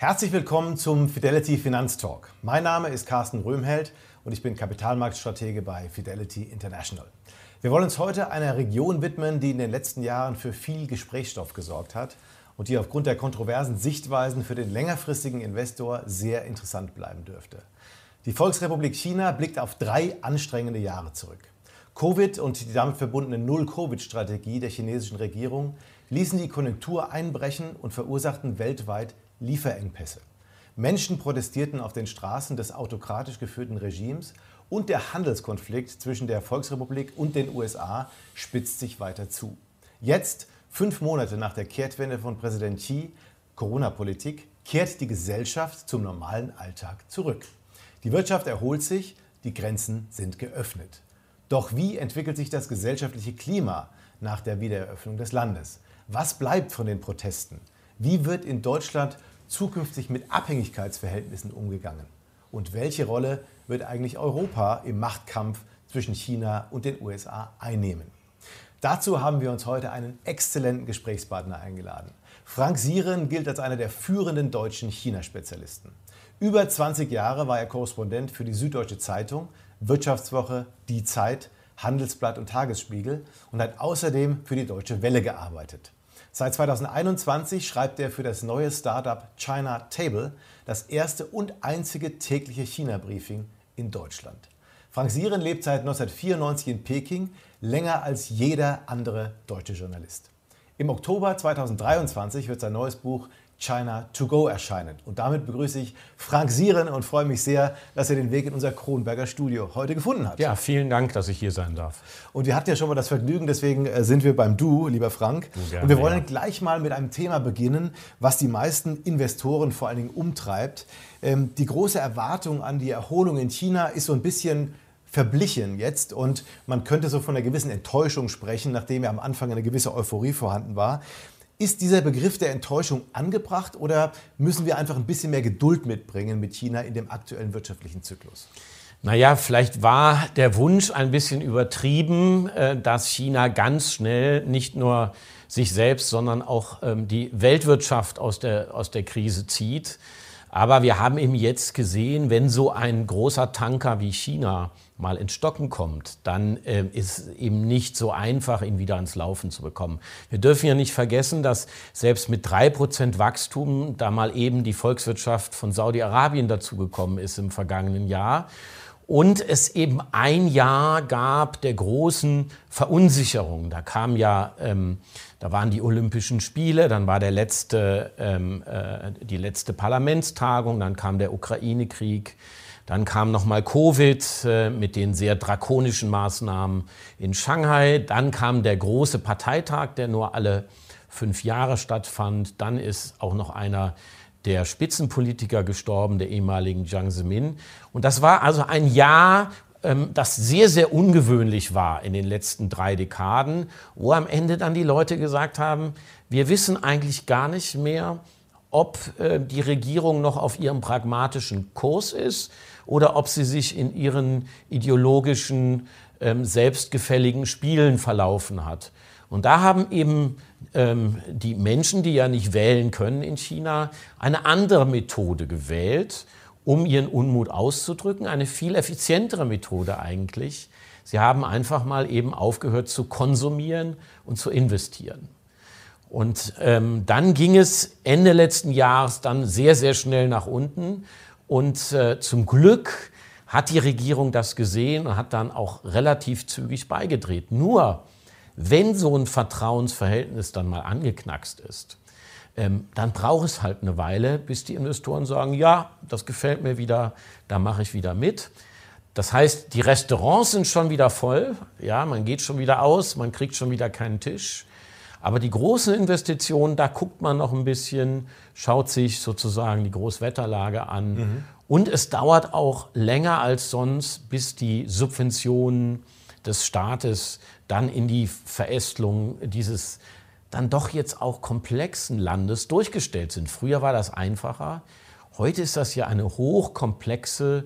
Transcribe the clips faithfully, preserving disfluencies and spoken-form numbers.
Herzlich willkommen zum Fidelity Finanztalk. Mein Name ist Carsten Röhmheld und ich bin Kapitalmarktstratege bei Fidelity International. Wir wollen uns heute einer Region widmen, die in den letzten Jahren für viel Gesprächsstoff gesorgt hat und die aufgrund der kontroversen Sichtweisen für den längerfristigen Investor sehr interessant bleiben dürfte. Die Volksrepublik China blickt auf drei anstrengende Jahre zurück. Covid und die damit verbundene Null-Covid-Strategie der chinesischen Regierung ließen die Konjunktur einbrechen und verursachten weltweit Lieferengpässe. Menschen protestierten auf den Straßen des autokratisch geführten Regimes und der Handelskonflikt zwischen der Volksrepublik und den U S A spitzt sich weiter zu. Jetzt, fünf Monate nach der Kehrtwende von Präsident Xi, Corona-Politik, kehrt die Gesellschaft zum normalen Alltag zurück. Die Wirtschaft erholt sich, die Grenzen sind geöffnet. Doch wie entwickelt sich das gesellschaftliche Klima nach der Wiedereröffnung des Landes? Was bleibt von den Protesten? Wie wird in Deutschland zukünftig mit Abhängigkeitsverhältnissen umgegangen? Und welche Rolle wird eigentlich Europa im Machtkampf zwischen China und den U S A einnehmen? Dazu haben wir uns heute einen exzellenten Gesprächspartner eingeladen. Frank Sieren gilt als einer der führenden deutschen China-Spezialisten. Über zwanzig Jahre war er Korrespondent für die Süddeutsche Zeitung, Wirtschaftswoche, Die Zeit, Handelsblatt und Tagesspiegel und hat außerdem für die Deutsche Welle gearbeitet. Seit zweitausendeinundzwanzig schreibt er für das neue Startup China Table das erste und einzige tägliche China-Briefing in Deutschland. Frank Sieren lebt seit neunzehnhundertvierundneunzig in Peking, länger als jeder andere deutsche Journalist. Im Oktober zweitausenddreiundzwanzig wird sein neues Buch China to go erscheinen. Und damit begrüße ich Frank Sieren und freue mich sehr, dass er den Weg in unser Kronberger Studio heute gefunden hat. Ja, vielen Dank, dass ich hier sein darf. Und wir hatten ja schon mal das Vergnügen, deswegen sind wir beim Du, lieber Frank. Du, gerne, und wir wollen ja. gleich mal mit einem Thema beginnen, was die meisten Investoren vor allen Dingen umtreibt. Die große Erwartung an die Erholung in China ist so ein bisschen verblichen jetzt und man könnte so von einer gewissen Enttäuschung sprechen, nachdem ja am Anfang eine gewisse Euphorie vorhanden war. Ist dieser Begriff der Enttäuschung angebracht oder müssen wir einfach ein bisschen mehr Geduld mitbringen mit China in dem aktuellen wirtschaftlichen Zyklus? Naja, vielleicht war der Wunsch ein bisschen übertrieben, dass China ganz schnell nicht nur sich selbst, sondern auch die Weltwirtschaft aus der, aus der Krise zieht. Aber wir haben eben jetzt gesehen, wenn so ein großer Tanker wie China mal ins Stocken kommt, dann äh, ist eben nicht so einfach, ihn wieder ans Laufen zu bekommen. Wir dürfen ja nicht vergessen, dass selbst mit drei Prozent Wachstum da mal eben die Volkswirtschaft von Saudi-Arabien dazugekommen ist im vergangenen Jahr. Und es eben ein Jahr gab der großen Verunsicherung. Da kam ja, ähm, da waren die Olympischen Spiele, dann war der letzte, ähm, äh, die letzte Parlamentstagung, dann kam der Ukraine-Krieg, dann kam nochmal Covid äh, mit den sehr drakonischen Maßnahmen in Shanghai, dann kam der große Parteitag, der nur alle fünf Jahre stattfand, dann ist auch noch einer der Spitzenpolitiker gestorben, der ehemaligen Jiang Zemin. Und das war also ein Jahr, das sehr, sehr ungewöhnlich war in den letzten drei Dekaden, wo am Ende dann die Leute gesagt haben, wir wissen eigentlich gar nicht mehr, ob die Regierung noch auf ihrem pragmatischen Kurs ist oder ob sie sich in ihren ideologischen, selbstgefälligen Spielen verlaufen hat. Und da haben eben ähm, die Menschen, die ja nicht wählen können in China, eine andere Methode gewählt, um ihren Unmut auszudrücken, eine viel effizientere Methode eigentlich. Sie haben einfach mal eben aufgehört zu konsumieren und zu investieren. Und ähm, dann ging es Ende letzten Jahres dann sehr, sehr schnell nach unten. Und äh, zum Glück hat die Regierung das gesehen und hat dann auch relativ zügig beigedreht. Nur wenn so ein Vertrauensverhältnis dann mal angeknackst ist, ähm, dann braucht es halt eine Weile, bis die Investoren sagen, ja, das gefällt mir wieder, da mache ich wieder mit. Das heißt, die Restaurants sind schon wieder voll, ja, man geht schon wieder aus, man kriegt schon wieder keinen Tisch. Aber die großen Investitionen, da guckt man noch ein bisschen, schaut sich sozusagen die Großwetterlage an. Mhm. Und es dauert auch länger als sonst, bis die Subventionen des Staates dann in die Verästelung dieses dann doch jetzt auch komplexen Landes durchgestellt sind. Früher war das einfacher. Heute ist das ja eine hochkomplexe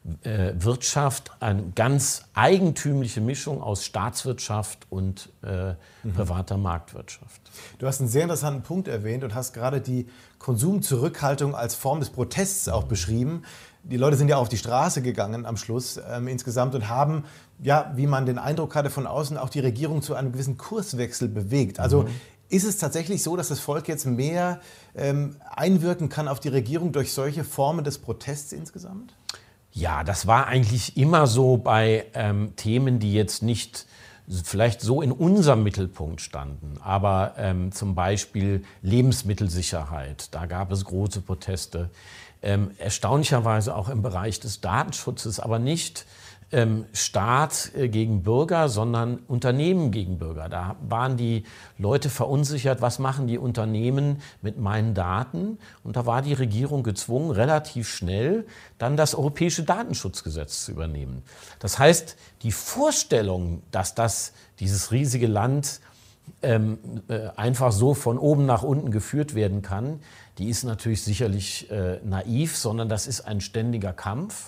äh, Wirtschaft eine ganz eigentümliche Mischung aus Staatswirtschaft und äh, mhm. privater Marktwirtschaft. Du hast einen sehr interessanten Punkt erwähnt und hast gerade die Konsumzurückhaltung als Form des Protests auch beschrieben. Die Leute sind ja auf die Straße gegangen am Schluss ähm, insgesamt und haben, ja, wie man den Eindruck hatte von außen, auch die Regierung zu einem gewissen Kurswechsel bewegt. Also mhm. ist es tatsächlich so, dass das Volk jetzt mehr ähm, einwirken kann auf die Regierung durch solche Formen des Protests insgesamt? Ja, das war eigentlich immer so bei ähm, Themen, die jetzt nicht vielleicht so in unserem Mittelpunkt standen, aber ähm, zum Beispiel Lebensmittelsicherheit, da gab es große Proteste. Ähm, erstaunlicherweise auch im Bereich des Datenschutzes, aber nicht ähm, Staat äh, gegen Bürger, sondern Unternehmen gegen Bürger. Da waren die Leute verunsichert, was machen die Unternehmen mit meinen Daten? Und da war die Regierung gezwungen, relativ schnell dann das Europäische Datenschutzgesetz zu übernehmen. Das heißt, die Vorstellung, dass das, dieses riesige Land ähm, äh, einfach so von oben nach unten geführt werden kann, die ist natürlich sicherlich äh, naiv, sondern das ist ein ständiger Kampf.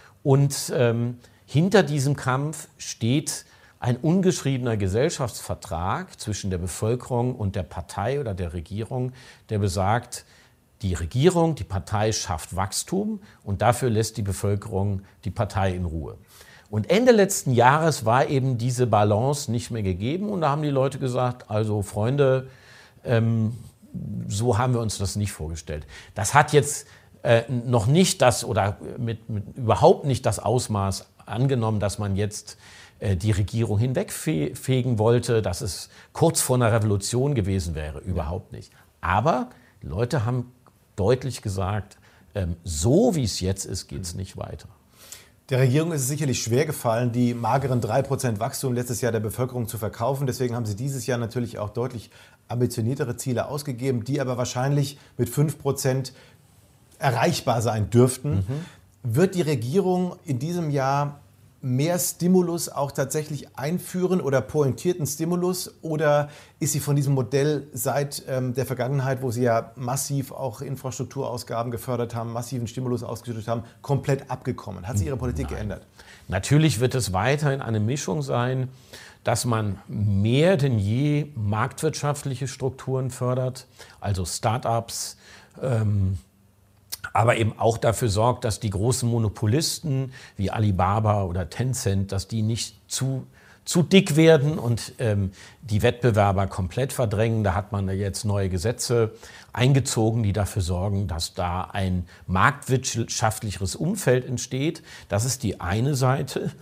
Und ähm, hinter diesem Kampf steht ein ungeschriebener Gesellschaftsvertrag zwischen der Bevölkerung und der Partei oder der Regierung, der besagt, die Regierung, die Partei schafft Wachstum und dafür lässt die Bevölkerung die Partei in Ruhe. Und Ende letzten Jahres war eben diese Balance nicht mehr gegeben und da haben die Leute gesagt, also Freunde, ähm, so haben wir uns das nicht vorgestellt. Das hat jetzt äh, noch nicht das oder mit, mit überhaupt nicht das Ausmaß angenommen, dass man jetzt äh, die Regierung hinwegfegen wollte, dass es kurz vor einer Revolution gewesen wäre. Überhaupt nicht. Aber die Leute haben deutlich gesagt, ähm, so wie es jetzt ist, geht es nicht weiter. Der Regierung ist es sicherlich schwer gefallen, die mageren drei Prozent Wachstum letztes Jahr der Bevölkerung zu verkaufen. Deswegen haben sie dieses Jahr natürlich auch deutlich ambitioniertere Ziele ausgegeben, die aber wahrscheinlich mit fünf Prozent erreichbar sein dürften. Mhm. Wird die Regierung in diesem Jahr mehr Stimulus auch tatsächlich einführen oder pointierten Stimulus? Oder ist sie von diesem Modell seit ähm, der Vergangenheit, wo sie ja massiv auch Infrastrukturausgaben gefördert haben, massiven Stimulus ausgeschüttet haben, komplett abgekommen? Hat sich ihre Politik Nein. geändert? Natürlich wird es weiterhin eine Mischung sein, dass man mehr denn je marktwirtschaftliche Strukturen fördert, also Start-ups, ähm, aber eben auch dafür sorgt, dass die großen Monopolisten wie Alibaba oder Tencent, dass die nicht zu, zu dick werden und ähm, die Wettbewerber komplett verdrängen. Da hat man jetzt neue Gesetze eingezogen, die dafür sorgen, dass da ein marktwirtschaftlicheres Umfeld entsteht. Das ist die eine Seite.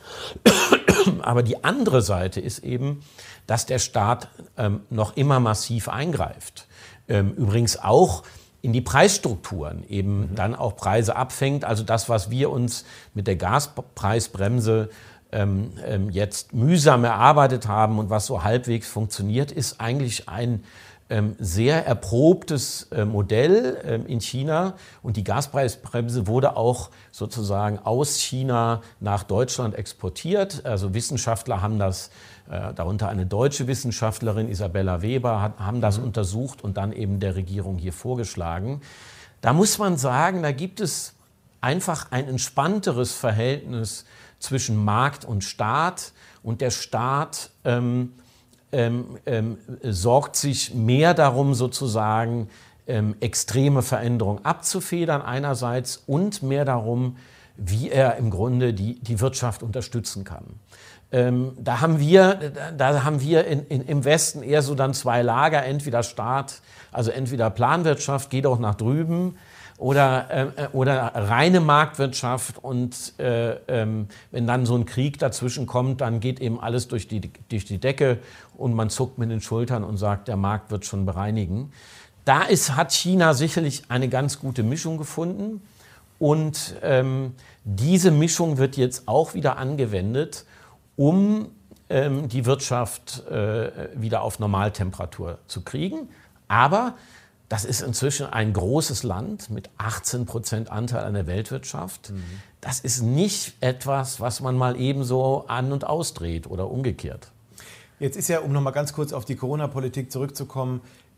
Aber die andere Seite ist eben, dass der Staat ähm, noch immer massiv eingreift. Ähm, übrigens auch in die Preisstrukturen, eben mhm. dann auch Preise abfängt. Also das, was wir uns mit der Gaspreisbremse ähm, ähm, jetzt mühsam erarbeitet haben und was so halbwegs funktioniert, ist eigentlich ein ähm, sehr erprobtes äh, Modell ähm, in China. Und die Gaspreisbremse wurde auch sozusagen aus China nach Deutschland exportiert. Also Wissenschaftler haben das, äh, darunter eine deutsche Wissenschaftlerin, Isabella Weber, hat, haben das mhm. untersucht und dann eben der Regierung hier vorgeschlagen. Da muss man sagen, da gibt es einfach ein entspannteres Verhältnis zwischen Markt und Staat. Und der Staat ähm, ähm, ähm, sorgt sich mehr darum, sozusagen ähm, extreme Veränderungen abzufedern einerseits und mehr darum, wie er im Grunde die, die Wirtschaft unterstützen kann. Ähm, da haben wir, da haben wir in, in, im Westen eher so dann zwei Lager, entweder Staat, also entweder Planwirtschaft, geht auch nach drüben, oder, äh, oder reine Marktwirtschaft und äh, ähm, wenn dann so ein Krieg dazwischen kommt, dann geht eben alles durch die, durch die Decke und man zuckt mit den Schultern und sagt, der Markt wird schon bereinigen. Da ist, hat China sicherlich eine ganz gute Mischung gefunden und ähm, diese Mischung wird jetzt auch wieder angewendet, um ähm, die Wirtschaft äh, wieder auf Normaltemperatur zu kriegen. Aber das ist inzwischen ein großes Land mit achtzehn Prozent Anteil an der Weltwirtschaft. Mhm. Das ist nicht etwas, was man mal eben so an- und ausdreht oder umgekehrt. Jetzt ist ja, um noch mal ganz kurz auf die Corona-Politik zurückzukommen,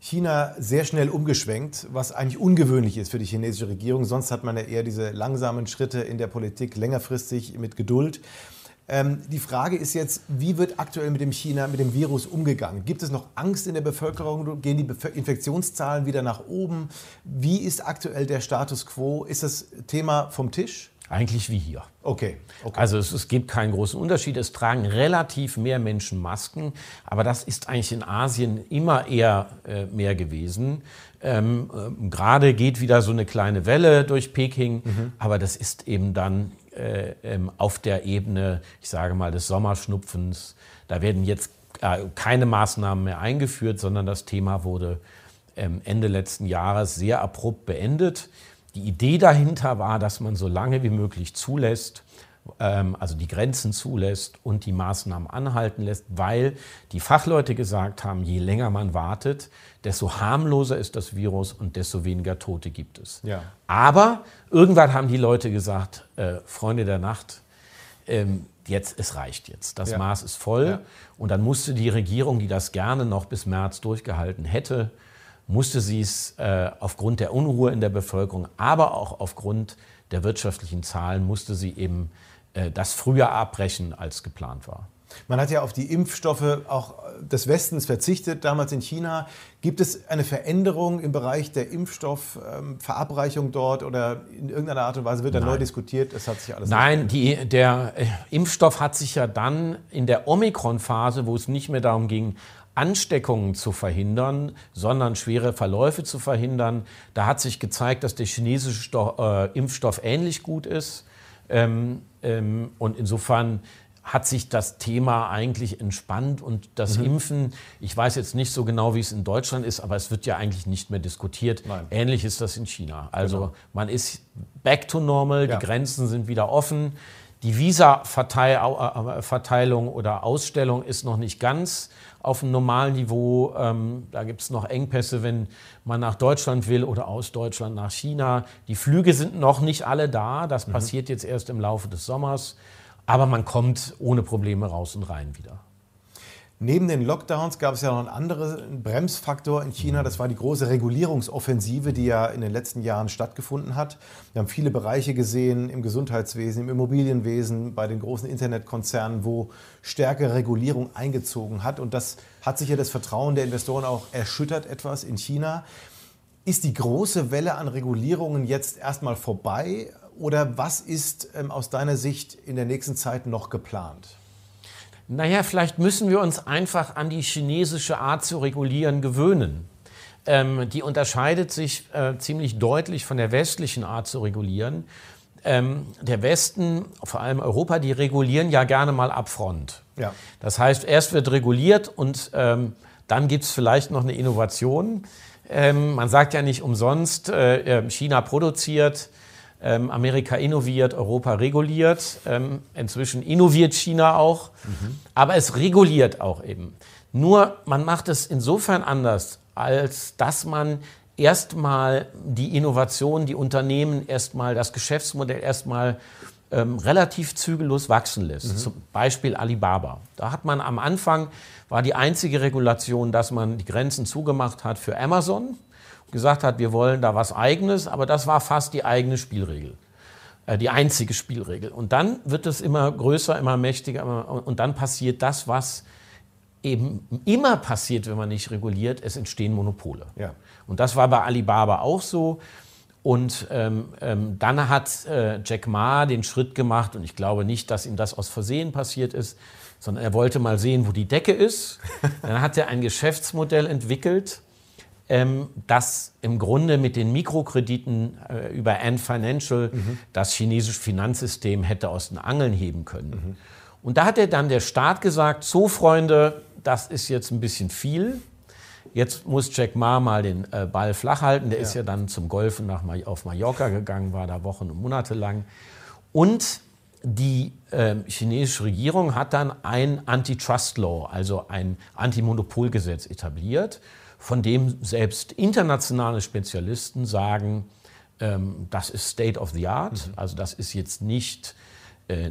China sehr schnell umgeschwenkt, was eigentlich ungewöhnlich ist für die chinesische Regierung. Sonst hat man ja eher diese langsamen Schritte in der Politik, längerfristig mit Geduld. Ähm, die Frage ist jetzt, wie wird aktuell mit dem China, mit dem Virus umgegangen? Gibt es noch Angst in der Bevölkerung? Gehen die Bef- Infektionszahlen wieder nach oben? Wie ist aktuell der Status quo? Ist das Thema vom Tisch? Eigentlich wie hier. Okay. okay. Also es, es gibt keinen großen Unterschied. Es tragen relativ mehr Menschen Masken, aber das ist eigentlich in Asien immer eher äh, mehr gewesen. Ähm, äh, gerade geht wieder so eine kleine Welle durch Peking, mhm. aber das ist eben dann äh, ähm, auf der Ebene, ich sage mal, des Sommerschnupfens. Da werden jetzt äh, keine Maßnahmen mehr eingeführt, sondern das Thema wurde ähm, Ende letzten Jahres sehr abrupt beendet. Die Idee dahinter war, dass man so lange wie möglich zulässt, ähm, also die Grenzen zulässt und die Maßnahmen anhalten lässt, weil die Fachleute gesagt haben, je länger man wartet, desto harmloser ist das Virus und desto weniger Tote gibt es. Ja. Aber irgendwann haben die Leute gesagt, äh, Freunde der Nacht, ähm, jetzt, es reicht jetzt, das ja. Maß ist voll. Ja. Und dann musste die Regierung, die das gerne noch bis März durchgehalten hätte, musste sie es äh, aufgrund der Unruhe in der Bevölkerung, aber auch aufgrund der wirtschaftlichen Zahlen, musste sie eben äh, das früher abbrechen, als geplant war. Man hat ja auf die Impfstoffe auch des Westens verzichtet, damals in China. Gibt es eine Veränderung im Bereich der Impfstoffverabreichung ähm, dort oder in irgendeiner Art und Weise wird da neu diskutiert? Das hat sich alles Nein, die, der äh, Impfstoff hat sich ja dann in der Omikron-Phase, wo es nicht mehr darum ging, Ansteckungen zu verhindern, sondern schwere Verläufe zu verhindern. Da hat sich gezeigt, dass der chinesische Stoff, äh, Impfstoff ähnlich gut ist. Ähm, ähm, und insofern hat sich das Thema eigentlich entspannt und das mhm. Impfen, ich weiß jetzt nicht so genau, wie es in Deutschland ist, aber es wird ja eigentlich nicht mehr diskutiert. Nein. Ähnlich ist das in China. Also genau. Man ist back to normal, ja. Die Grenzen sind wieder offen. Die Visa-Verteilung oder Ausstellung ist noch nicht ganz auf einem normalen Niveau. Ähm, da gibt es noch Engpässe, wenn man nach Deutschland will oder aus Deutschland nach China. Die Flüge sind noch nicht alle da. Das mhm. passiert jetzt erst im Laufe des Sommers. Aber man kommt ohne Probleme raus und rein wieder. Neben den Lockdowns gab es ja noch einen anderen Bremsfaktor in China. Das war die große Regulierungsoffensive, die ja in den letzten Jahren stattgefunden hat. Wir haben viele Bereiche gesehen im Gesundheitswesen, im Immobilienwesen, bei den großen Internetkonzernen, wo stärkere Regulierung eingezogen hat. Und das hat sicher das Vertrauen der Investoren auch erschüttert etwas in China. Ist die große Welle an Regulierungen jetzt erstmal vorbei? Oder was ist ähm, aus deiner Sicht in der nächsten Zeit noch geplant? Naja, vielleicht müssen wir uns einfach an die chinesische Art zu regulieren gewöhnen. Ähm, die unterscheidet sich äh, ziemlich deutlich von der westlichen Art zu regulieren. Ähm, der Westen, vor allem Europa, die regulieren ja gerne mal upfront. Ja. Das heißt, erst wird reguliert und ähm, dann gibt es vielleicht noch eine Innovation. Ähm, man sagt ja nicht umsonst, äh, China produziert, Ähm, Amerika innoviert, Europa reguliert. Ähm, inzwischen innoviert China auch, mhm. aber es reguliert auch eben. Nur man macht es insofern anders, als dass man erstmal die Innovation, die Unternehmen erstmal, das Geschäftsmodell erstmal ähm, relativ zügellos wachsen lässt. Mhm. Zum Beispiel Alibaba. Da hat man am Anfang, war die einzige Regulation, dass man die Grenzen zugemacht hat für Amazon. Gesagt hat, wir wollen da was Eigenes, aber das war fast die eigene Spielregel, äh, die einzige Spielregel. Und dann wird es immer größer, immer mächtiger immer, und dann passiert das, was eben immer passiert, wenn man nicht reguliert, es entstehen Monopole. Ja. Und das war bei Alibaba auch so. Und ähm, ähm, dann hat äh, Jack Ma den Schritt gemacht, und ich glaube nicht, dass ihm das aus Versehen passiert ist, sondern er wollte mal sehen, wo die Decke ist. Dann hat er ein Geschäftsmodell entwickelt, das im Grunde mit den Mikrokrediten äh, über Ant Financial mhm. das chinesische Finanzsystem hätte aus den Angeln heben können. Mhm. Und da hat er dann der Staat gesagt, so Freunde, das ist jetzt ein bisschen viel. Jetzt muss Jack Ma mal den äh, Ball flach halten. Der ja. ist ja dann zum Golfen nach, auf Mallorca gegangen, war da Wochen und Monate lang. Und die äh, chinesische Regierung hat dann ein Antitrust-Law, also ein Antimonopolgesetz etabliert, von dem selbst internationale Spezialisten sagen, ähm, das ist State of the Art, mhm. also das ist jetzt nicht äh,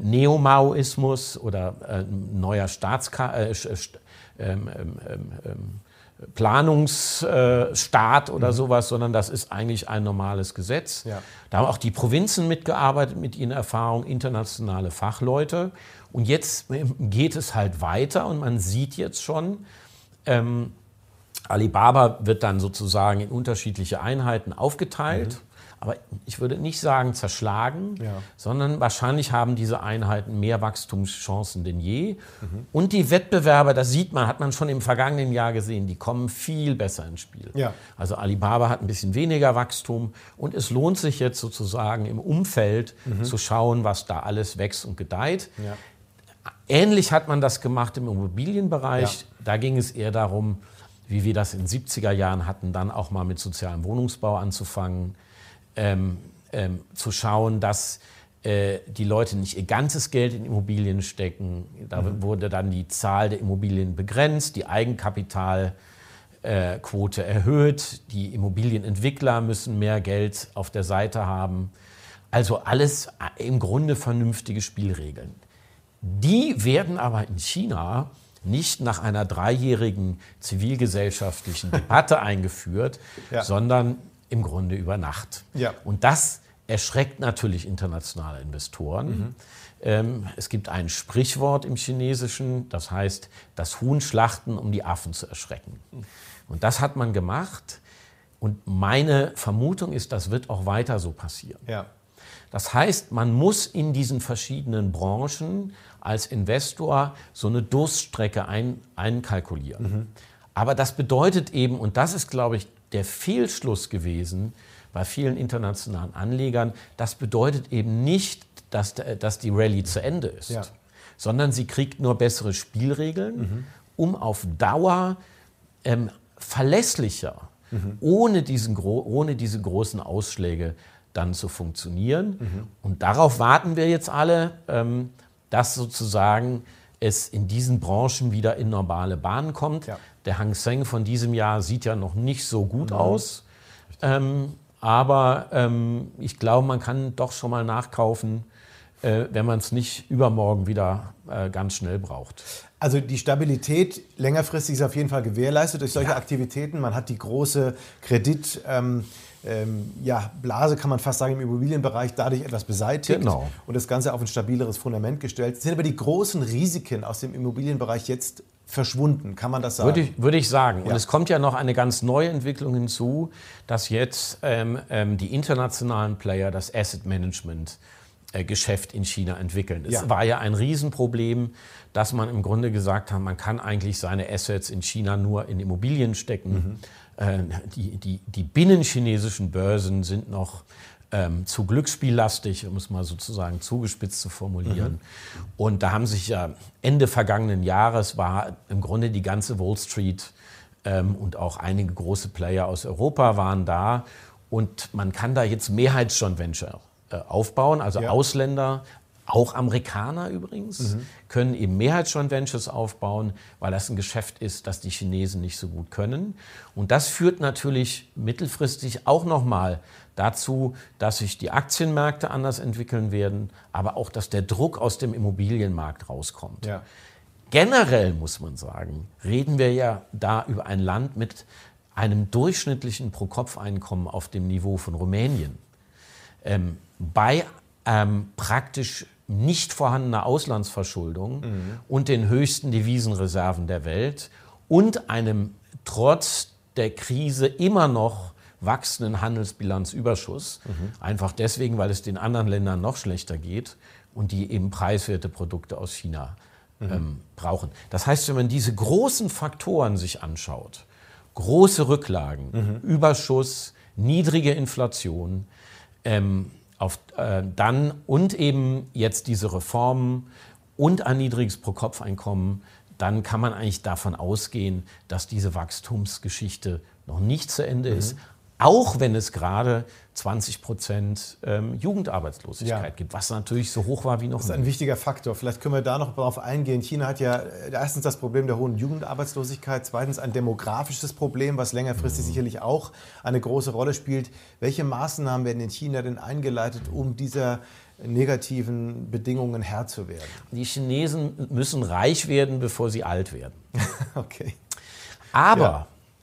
Neomaoismus oder äh, neuer Staatska äh, äh, äh, äh, Planungsstaat oder mhm. sowas, sondern das ist eigentlich ein normales Gesetz. Ja. Da haben auch die Provinzen mitgearbeitet mit ihren Erfahrungen, internationale Fachleute. Und jetzt geht es halt weiter und man sieht jetzt schon, ähm, Alibaba wird dann sozusagen in unterschiedliche Einheiten aufgeteilt. Mhm. Aber ich würde nicht sagen zerschlagen, ja. sondern wahrscheinlich haben diese Einheiten mehr Wachstumschancen denn je. Mhm. Und die Wettbewerber, das sieht man, hat man schon im vergangenen Jahr gesehen, die kommen viel besser ins Spiel. Ja. Also Alibaba hat ein bisschen weniger Wachstum und es lohnt sich jetzt sozusagen im Umfeld mhm. zu schauen, was da alles wächst und gedeiht. Ja. Ähnlich hat man das gemacht im Immobilienbereich. Ja. Da ging es eher darum, wie wir das in den siebziger Jahren hatten, dann auch mal mit sozialem Wohnungsbau anzufangen. Ähm, ähm, zu schauen, dass äh, die Leute nicht ihr ganzes Geld in Immobilien stecken. Da mhm. wurde dann die Zahl der Immobilien begrenzt, die Eigenkapitalquote äh, erhöht, die Immobilienentwickler müssen mehr Geld auf der Seite haben. Also alles im Grunde vernünftige Spielregeln. Die werden aber in China nicht nach einer dreijährigen zivilgesellschaftlichen Debatte eingeführt, ja. sondern im Grunde über Nacht. Ja. Und das erschreckt natürlich internationale Investoren. Mhm. Ähm, es gibt ein Sprichwort im Chinesischen, das heißt, das Huhn schlachten, um die Affen zu erschrecken. Und das hat man gemacht. Und meine Vermutung ist, das wird auch weiter so passieren. Ja. Das heißt, man muss in diesen verschiedenen Branchen als Investor so eine Durststrecke ein, einkalkulieren. Mhm. Aber das bedeutet eben, und das ist, glaube ich, der Fehlschluss gewesen bei vielen internationalen Anlegern, das bedeutet eben nicht, dass, dass die Rallye zu Ende ist, ja. sondern sie kriegt nur bessere Spielregeln, mhm. um auf Dauer ähm, verlässlicher, mhm. ohne, diesen, ohne diese großen Ausschläge dann zu funktionieren. Mhm. Und darauf warten wir jetzt alle, ähm, dass sozusagen es in diesen Branchen wieder in normale Bahnen kommt. Ja. Der Hang Seng von diesem Jahr sieht ja noch nicht so gut mhm. aus. Ähm, aber ähm, ich glaube, man kann doch schon mal nachkaufen, äh, wenn man es nicht übermorgen wieder äh, ganz schnell braucht. Also die Stabilität längerfristig ist auf jeden Fall gewährleistet durch solche ja. Aktivitäten. Man hat die große Kredit... Ähm, Ähm, ja, Blase kann man fast sagen im Immobilienbereich dadurch etwas beseitigt genau. und das Ganze auf ein stabileres Fundament gestellt. Sind aber die großen Risiken aus dem Immobilienbereich jetzt verschwunden, kann man das sagen? Würde ich, würde ich sagen. Ja. Und es kommt ja noch eine ganz neue Entwicklung hinzu, dass jetzt ähm, ähm, die internationalen Player das Asset Management äh, Geschäft in China entwickeln. Es ja. war ja ein Riesenproblem, dass man im Grunde gesagt hat, man kann eigentlich seine Assets in China nur in Immobilien stecken. Mhm. Die, die, die binnenchinesischen Börsen sind noch ähm, zu glücksspiellastig, um es mal sozusagen zugespitzt zu formulieren. Mhm. Und da haben sich ja Ende vergangenen Jahres war im Grunde die ganze Wall Street ähm, und auch einige große Player aus Europa waren da. Und man kann da jetzt Mehrheitsjoint Venture äh, aufbauen, also ja. Ausländer, auch Amerikaner übrigens, mhm. können eben Mehrheitsjoint Ventures aufbauen, weil das ein Geschäft ist, das die Chinesen nicht so gut können. Und das führt natürlich mittelfristig auch nochmal dazu, dass sich die Aktienmärkte anders entwickeln werden, aber auch, dass der Druck aus dem Immobilienmarkt rauskommt. Ja. Generell muss man sagen, reden wir ja da über ein Land mit einem durchschnittlichen Pro-Kopf-Einkommen auf dem Niveau von Rumänien. Ähm, bei ähm, praktisch nicht vorhandener Auslandsverschuldung mhm. und den höchsten Devisenreserven der Welt und einem trotz der Krise immer noch wachsenden Handelsbilanzüberschuss. Mhm. Einfach deswegen, weil es den anderen Ländern noch schlechter geht und die eben preiswerte Produkte aus China mhm. ähm, brauchen. Das heißt, wenn man diese großen Faktoren sich anschaut, große Rücklagen, mhm. Überschuss, niedrige Inflation, ähm, Auf, äh, dann und eben jetzt diese Reformen und ein niedriges Pro-Kopf-Einkommen, dann kann man eigentlich davon ausgehen, dass diese Wachstumsgeschichte noch nicht zu Ende mhm. ist, auch wenn es gerade zwanzig Prozent ähm, Jugendarbeitslosigkeit ja. gibt, was natürlich so hoch war wie noch nie. Das ist ein wichtiger Faktor. Vielleicht können wir da noch darauf eingehen. China hat ja erstens das Problem der hohen Jugendarbeitslosigkeit, zweitens ein demografisches Problem, was längerfristig mhm. sicherlich auch eine große Rolle spielt. Welche Maßnahmen werden in China denn eingeleitet, um dieser negativen Bedingungen Herr zu werden? Die Chinesen müssen reich werden, bevor sie alt werden. Okay. Aber... Ja.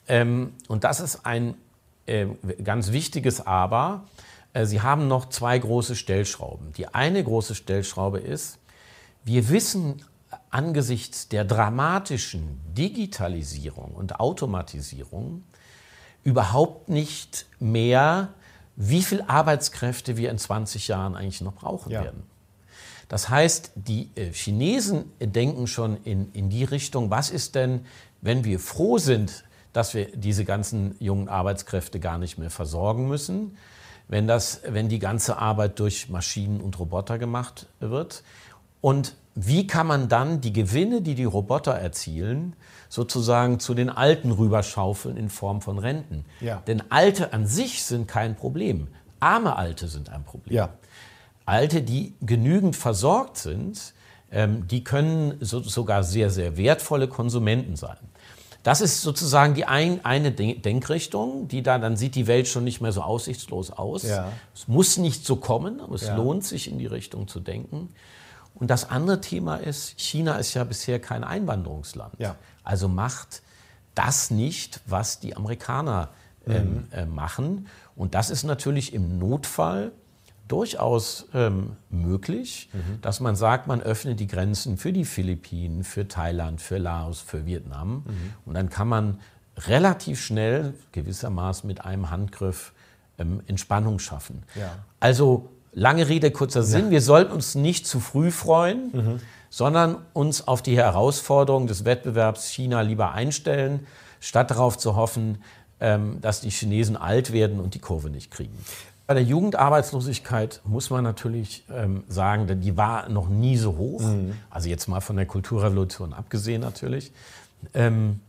Ähm, und das ist ein äh, ganz wichtiges Aber. Äh, Sie haben noch zwei große Stellschrauben. Die eine große Stellschraube ist, wir wissen angesichts der dramatischen Digitalisierung und Automatisierung überhaupt nicht mehr, wie viel Arbeitskräfte wir in zwanzig Jahren eigentlich noch brauchen ja. werden. Das heißt, die äh, Chinesen denken schon in, in die Richtung, was ist denn, wenn wir froh sind, dass wir diese ganzen jungen Arbeitskräfte gar nicht mehr versorgen müssen, wenn, das, wenn die ganze Arbeit durch Maschinen und Roboter gemacht wird. Und wie kann man dann die Gewinne, die die Roboter erzielen, sozusagen zu den Alten rüberschaufeln in Form von Renten? Ja. Denn Alte an sich sind kein Problem. Arme Alte sind ein Problem. Ja. Alte, die genügend versorgt sind, ähm, die können so, sogar sehr, sehr wertvolle Konsumenten sein. Das ist sozusagen die ein, eine Denkrichtung, die da, dann sieht die Welt schon nicht mehr so aussichtslos aus. Ja. Es muss nicht so kommen, aber es ja. lohnt sich, in die Richtung zu denken. Und das andere Thema ist, China ist ja bisher kein Einwanderungsland. Ja. Also macht das nicht, was die Amerikaner ähm, mhm. äh, machen. Und das ist natürlich im Notfall durchaus ähm, möglich, mhm. dass man sagt, man öffnet die Grenzen für die Philippinen, für Thailand, für Laos, für Vietnam. Mhm. Und dann kann man relativ schnell, gewissermaßen mit einem Handgriff, ähm, Entspannung schaffen. Ja. Also lange Rede, kurzer Sinn, ja. wir sollten uns nicht zu früh freuen, mhm. sondern uns auf die Herausforderung des Wettbewerbs China lieber einstellen, statt darauf zu hoffen, ähm, dass die Chinesen alt werden und die Kurve nicht kriegen. Bei der Jugendarbeitslosigkeit muss man natürlich ähm, sagen, denn die war noch nie so hoch. Mhm. Also jetzt mal von der Kulturrevolution abgesehen natürlich. Ähm,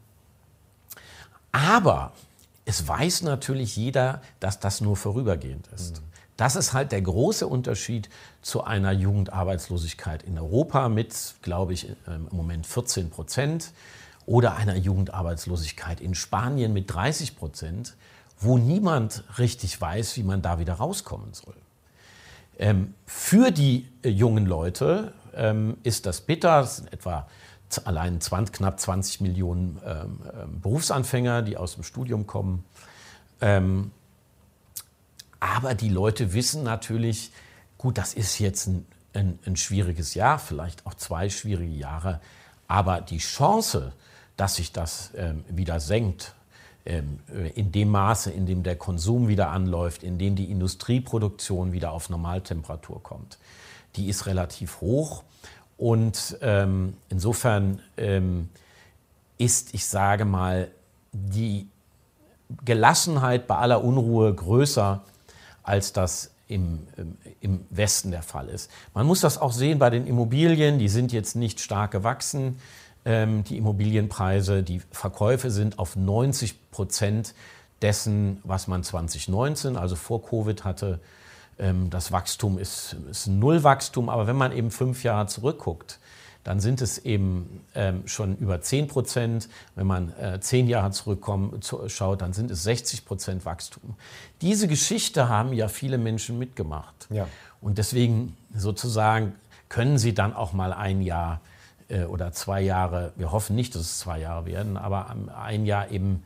aber es weiß natürlich jeder, dass das nur vorübergehend ist. Mhm. Das ist halt der große Unterschied zu einer Jugendarbeitslosigkeit in Europa mit, glaube ich, im Moment vierzehn Prozent oder einer Jugendarbeitslosigkeit in Spanien mit dreißig Prozent. Wo niemand richtig weiß, wie man da wieder rauskommen soll. Ähm, für die äh, jungen Leute ähm, ist das bitter. Es sind etwa allein zwanzig, knapp zwanzig Millionen ähm, ähm, Berufsanfänger, die aus dem Studium kommen. Ähm, aber die Leute wissen natürlich, gut, das ist jetzt ein, ein, ein schwieriges Jahr, vielleicht auch zwei schwierige Jahre. Aber die Chance, dass sich das ähm, wieder senkt, in dem Maße, in dem der Konsum wieder anläuft, in dem die Industrieproduktion wieder auf Normaltemperatur kommt, die ist relativ hoch. Und ähm, insofern ähm, ist, ich sage mal, die Gelassenheit bei aller Unruhe größer, als das im, im Westen der Fall ist. Man muss das auch sehen bei den Immobilien, die sind jetzt nicht stark gewachsen. Die Immobilienpreise, die Verkäufe sind auf neunzig Prozent dessen, was man zwanzig neunzehn, also vor Covid hatte. Das Wachstum ist, ist ein Nullwachstum, aber wenn man eben fünf Jahre zurückguckt, dann sind es eben ähm, schon über zehn Prozent. Wenn man äh, zehn Jahre zurückschaut, dann sind es sechzig Prozent Wachstum. Diese Geschichte haben ja viele Menschen mitgemacht. Ja. Und deswegen sozusagen können sie dann auch mal ein Jahr oder zwei Jahre, wir hoffen nicht, dass es zwei Jahre werden, aber ein Jahr eben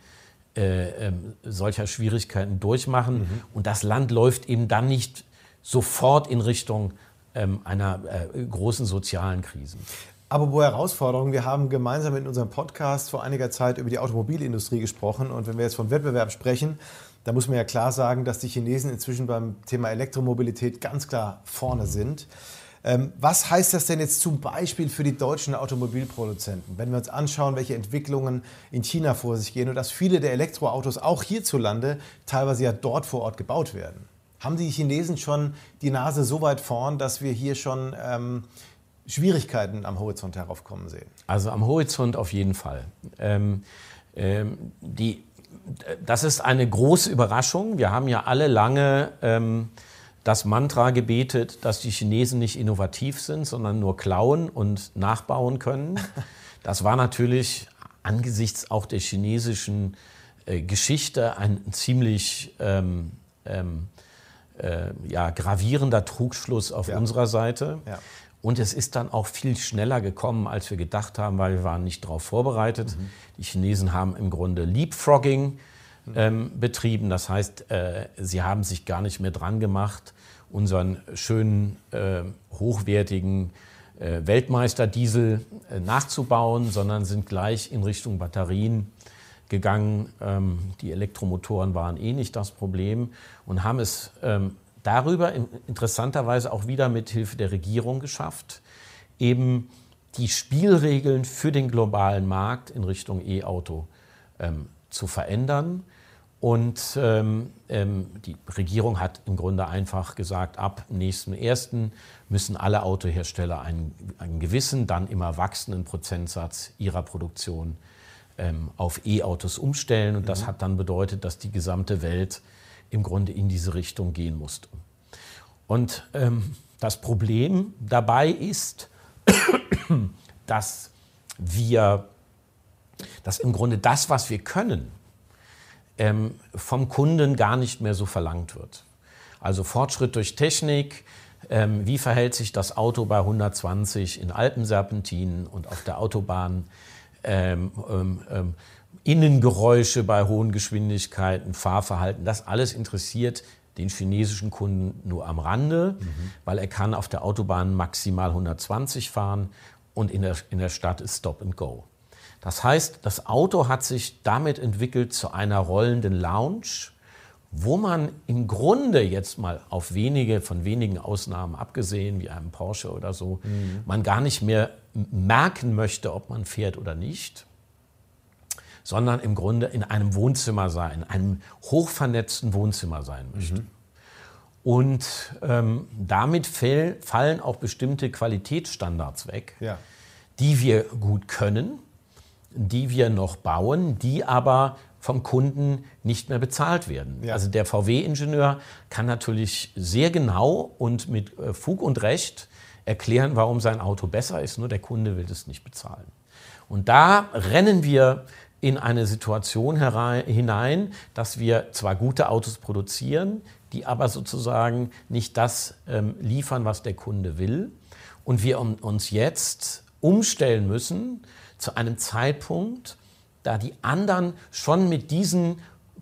äh, äh, solcher Schwierigkeiten durchmachen. Mhm. Und das Land läuft eben dann nicht sofort in Richtung äh, einer äh, großen sozialen Krise. Aber wo Herausforderungen? Wir haben gemeinsam in unserem Podcast vor einiger Zeit über die Automobilindustrie gesprochen. Und wenn wir jetzt vom Wettbewerb sprechen, da muss man ja klar sagen, dass die Chinesen inzwischen beim Thema Elektromobilität ganz klar vorne sind. Was heißt das denn jetzt zum Beispiel für die deutschen Automobilproduzenten, wenn wir uns anschauen, welche Entwicklungen in China vor sich gehen und dass viele der Elektroautos auch hierzulande teilweise ja dort vor Ort gebaut werden? Haben die Chinesen schon die Nase so weit vorn, dass wir hier schon ähm, Schwierigkeiten am Horizont heraufkommen sehen? Also am Horizont auf jeden Fall. Ähm, ähm, die, das ist eine große Überraschung. Wir haben ja alle lange ähm, das Mantra gebetet, dass die Chinesen nicht innovativ sind, sondern nur klauen und nachbauen können. Das war natürlich angesichts auch der chinesischen äh, Geschichte ein ziemlich ähm, ähm, äh, ja, gravierender Trugschluss auf ja. unserer Seite. Ja. Und es ist dann auch viel schneller gekommen, als wir gedacht haben, weil wir waren nicht darauf vorbereitet. Mhm. Die Chinesen haben im Grunde Leapfrogging ähm, betrieben. Das heißt, äh, sie haben sich gar nicht mehr dran gemacht, unseren schönen, äh, hochwertigen äh, Weltmeister-Diesel äh, nachzubauen, sondern sind gleich in Richtung Batterien gegangen. Ähm, die Elektromotoren waren eh nicht das Problem und haben es ähm, darüber interessanterweise auch wieder mit Hilfe der Regierung geschafft, eben die Spielregeln für den globalen Markt in Richtung E-Auto ähm, zu verändern. Und ähm, ähm, die Regierung hat im Grunde einfach gesagt, ab nächsten ersten müssen alle Autohersteller einen, einen gewissen, dann immer wachsenden Prozentsatz ihrer Produktion ähm, auf E-Autos umstellen. Und das mhm. hat dann bedeutet, dass die gesamte Welt im Grunde in diese Richtung gehen musste. Und ähm, das Problem dabei ist, dass wir, dass im Grunde das, was wir können, ähm, vom Kunden gar nicht mehr so verlangt wird. Also Fortschritt durch Technik, ähm, wie verhält sich das Auto bei hundertzwanzig in Alpenserpentinen und auf der Autobahn, ähm, ähm, ähm, Innengeräusche bei hohen Geschwindigkeiten, Fahrverhalten, das alles interessiert den chinesischen Kunden nur am Rande, mhm. weil er kann auf der Autobahn maximal hundertzwanzig fahren und in der, in der Stadt ist Stop and Go. Das heißt, das Auto hat sich damit entwickelt zu einer rollenden Lounge, wo man im Grunde jetzt mal auf wenige, von wenigen Ausnahmen abgesehen, wie einem Porsche oder so, mhm. man gar nicht mehr merken möchte, ob man fährt oder nicht, sondern im Grunde in einem Wohnzimmer sein, in einem hochvernetzten Wohnzimmer sein möchte. Mhm. Und ähm, damit fäll, fallen auch bestimmte Qualitätsstandards weg, ja. die wir gut können, die wir noch bauen, die aber vom Kunden nicht mehr bezahlt werden. Ja. Also der V W-Ingenieur kann natürlich sehr genau und mit äh, Fug und Recht erklären, warum sein Auto besser ist, nur der Kunde will es nicht bezahlen. Und da rennen wir in eine Situation herein, hinein, dass wir zwar gute Autos produzieren, die aber sozusagen nicht das ähm, liefern, was der Kunde will. Und wir um, uns jetzt umstellen müssen zu einem Zeitpunkt, da die anderen schon mit diesen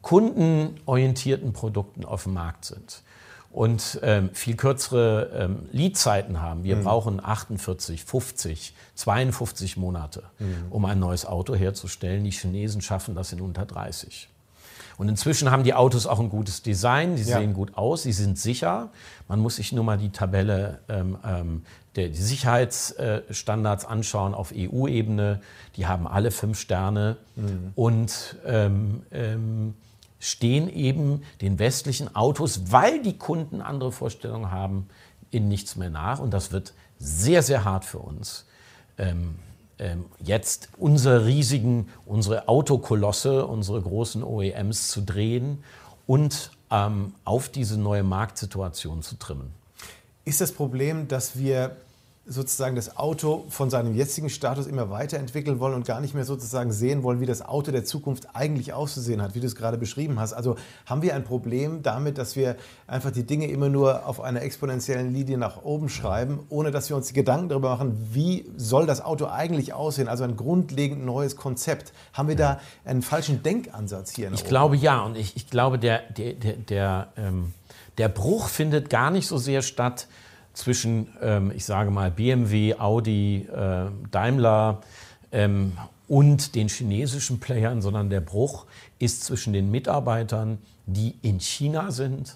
kundenorientierten Produkten auf dem Markt sind und ähm, viel kürzere ähm, Leadzeiten haben. Wir mhm. brauchen achtundvierzig, fünfzig, zweiundfünfzig Monate, mhm. um ein neues Auto herzustellen. Die Chinesen schaffen das in unter dreißig. Und inzwischen haben die Autos auch ein gutes Design, sie ja. sehen gut aus, sie sind sicher. Man muss sich nur mal die Tabelle ähm, ähm, der die Sicherheitsstandards anschauen auf E U-Ebene. Die haben alle fünf Sterne mhm. und ähm, ähm, stehen eben den westlichen Autos, weil die Kunden andere Vorstellungen haben, in nichts mehr nach. Und das wird sehr, sehr hart für uns. Ähm, ähm, jetzt unsere riesigen, unsere Autokolosse, unsere großen O E Ms zu drehen und ähm, auf diese neue Marktsituation zu trimmen. Ist das Problem, dass wir sozusagen das Auto von seinem jetzigen Status immer weiterentwickeln wollen und gar nicht mehr sozusagen sehen wollen, wie das Auto der Zukunft eigentlich auszusehen hat, wie du es gerade beschrieben hast? Also haben wir ein Problem damit, dass wir einfach die Dinge immer nur auf einer exponentiellen Linie nach oben schreiben, ohne dass wir uns die Gedanken darüber machen, wie soll das Auto eigentlich aussehen? Also ein grundlegend neues Konzept. Haben wir da einen falschen Denkansatz hier? Ich glaube ja, und ich, ich glaube, der, der, der, der, ähm, der Bruch findet gar nicht so sehr statt zwischen, ähm, ich sage mal, B M W, Audi, äh, Daimler ähm, und den chinesischen Playern, sondern der Bruch ist zwischen den Mitarbeitern, die in China sind,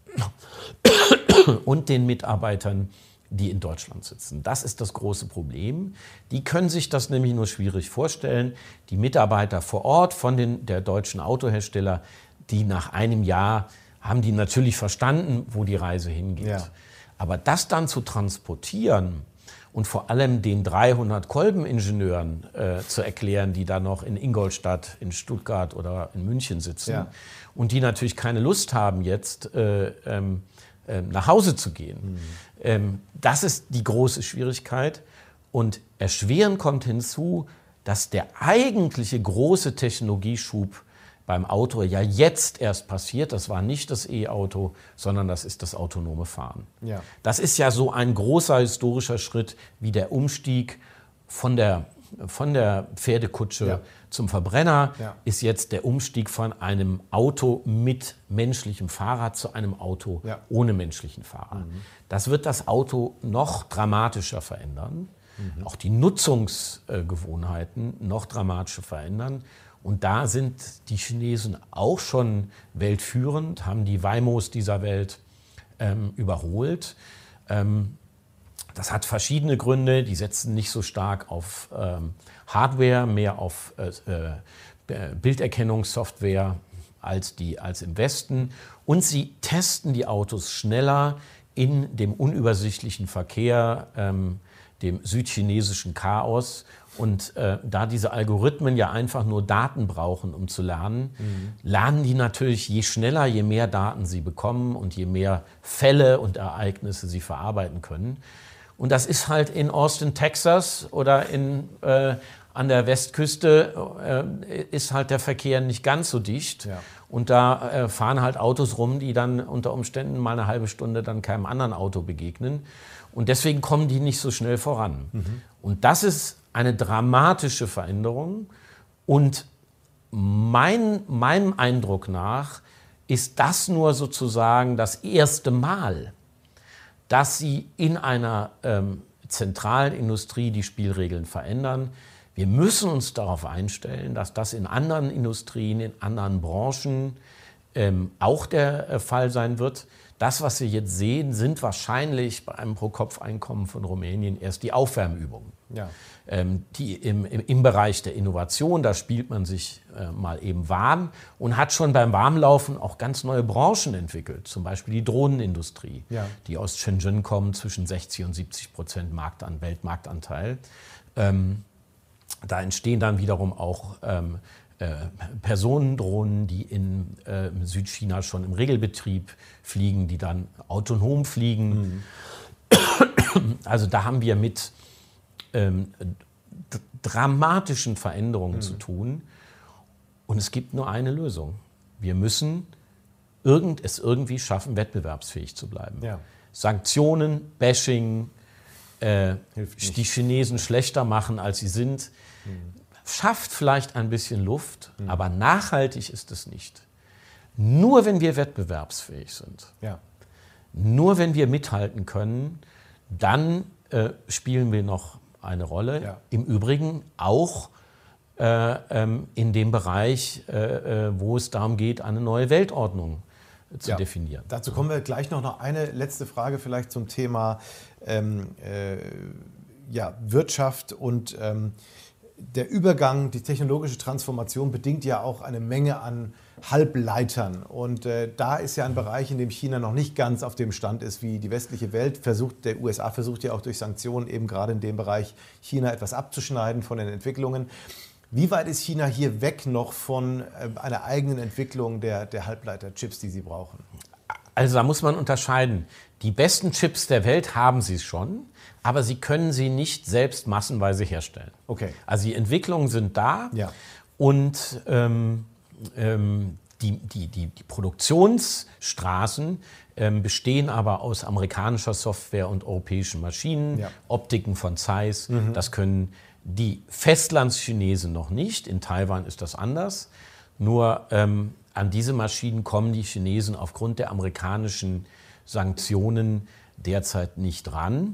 und den Mitarbeitern, die in Deutschland sitzen. Das ist das große Problem. Die können sich das nämlich nur schwierig vorstellen. Die Mitarbeiter vor Ort von den, der deutschen Autohersteller, die nach einem Jahr haben die natürlich verstanden, wo die Reise hingeht. Ja. Aber das dann zu transportieren und vor allem den dreihundert Kolbeningenieuren äh, zu erklären, die da noch in Ingolstadt, in Stuttgart oder in München sitzen ja. und die natürlich keine Lust haben, jetzt äh, ähm, äh, nach Hause zu gehen. Mhm. Ähm, das ist die große Schwierigkeit. Und erschwerend kommt hinzu, dass der eigentliche große Technologieschub beim Auto ja jetzt erst passiert. Das war nicht das E-Auto, sondern das ist das autonome Fahren. Ja. Das ist ja so ein großer historischer Schritt wie der Umstieg von der, von der Pferdekutsche ja. zum Verbrenner, ja. ist jetzt der Umstieg von einem Auto mit menschlichem Fahrer zu einem Auto ja. ohne menschlichen Fahrer. Mhm. Das wird das Auto noch dramatischer verändern, mhm. auch die Nutzungsgewohnheiten noch dramatischer verändern. Und da sind die Chinesen auch schon weltführend, haben die Waymos dieser Welt ähm, überholt. Ähm, das hat verschiedene Gründe. Die setzen nicht so stark auf ähm, Hardware, mehr auf äh, äh, Bilderkennungssoftware als, die, als im Westen. Und sie testen die Autos schneller in dem unübersichtlichen Verkehr, ähm, dem südchinesischen Chaos. Und äh, da diese Algorithmen ja einfach nur Daten brauchen, um zu lernen, mhm. lernen die natürlich je schneller, je mehr Daten sie bekommen und je mehr Fälle und Ereignisse sie verarbeiten können. Und das ist halt in Austin, Texas oder in, äh, an der Westküste äh, ist halt der Verkehr nicht ganz so dicht. Ja. Und da äh, fahren halt Autos rum, die dann unter Umständen mal eine halbe Stunde dann keinem anderen Auto begegnen. Und deswegen kommen die nicht so schnell voran. Mhm. Und das ist eine dramatische Veränderung. Und mein, meinem Eindruck nach ist das nur sozusagen das erste Mal, dass sie in einer ähm, zentralen Industrie die Spielregeln verändern. Wir müssen uns darauf einstellen, dass das in anderen Industrien, in anderen Branchen ähm, auch der äh, Fall sein wird. Das, was wir jetzt sehen, sind wahrscheinlich bei einem Pro-Kopf-Einkommen von Rumänien erst die Aufwärmübungen. Ja. Ähm, die im, im, im Bereich der Innovation, da spielt man sich äh, mal eben warm und hat schon beim Warmlaufen auch ganz neue Branchen entwickelt. Zum Beispiel die Drohnenindustrie, ja. die aus Shenzhen kommt, zwischen sechzig und siebzig Prozent Marktan- Weltmarktanteil. Ähm, da entstehen dann wiederum auch ähm, Äh, Personendrohnen, die in äh, Südchina schon im Regelbetrieb fliegen, die dann autonom fliegen. Mhm. Also da haben wir mit ähm, d- dramatischen Veränderungen mhm. zu tun. Und es gibt nur eine Lösung. Wir müssen irgend, es irgendwie schaffen, wettbewerbsfähig zu bleiben. Ja. Sanktionen, Bashing, äh, die Chinesen schlechter machen, als sie sind, mhm. schafft vielleicht ein bisschen Luft, mhm. aber nachhaltig ist es nicht. Nur wenn wir wettbewerbsfähig sind, ja. nur wenn wir mithalten können, dann äh, spielen wir noch eine Rolle. Ja. Im Übrigen auch äh, ähm, in dem Bereich, äh, wo es darum geht, eine neue Weltordnung zu ja. definieren. Dazu kommen wir gleich noch. Noch eine letzte Frage vielleicht zum Thema ähm, äh, ja, Wirtschaft und ähm, der Übergang, die technologische Transformation bedingt ja auch eine Menge an Halbleitern. Und äh, da ist ja ein Bereich, in dem China noch nicht ganz auf dem Stand ist, wie die westliche Welt versucht. Der U S A versucht ja auch durch Sanktionen eben gerade in dem Bereich China etwas abzuschneiden von den Entwicklungen. Wie weit ist China hier weg noch von äh, einer eigenen Entwicklung der, der Halbleiterchips, die sie brauchen? Also da muss man unterscheiden. Die besten Chips der Welt haben sie schon, aber sie können sie nicht selbst massenweise herstellen. Okay. Also die Entwicklungen sind da ja. und ähm, ähm, die, die, die, die Produktionsstraßen ähm, bestehen aber aus amerikanischer Software und europäischen Maschinen, ja. Optiken von Zeiss. Mhm. Das können die Festlandschinesen noch nicht. In Taiwan ist das anders. Nur ähm, an diese Maschinen kommen die Chinesen aufgrund der amerikanischen Sanktionen derzeit nicht ran.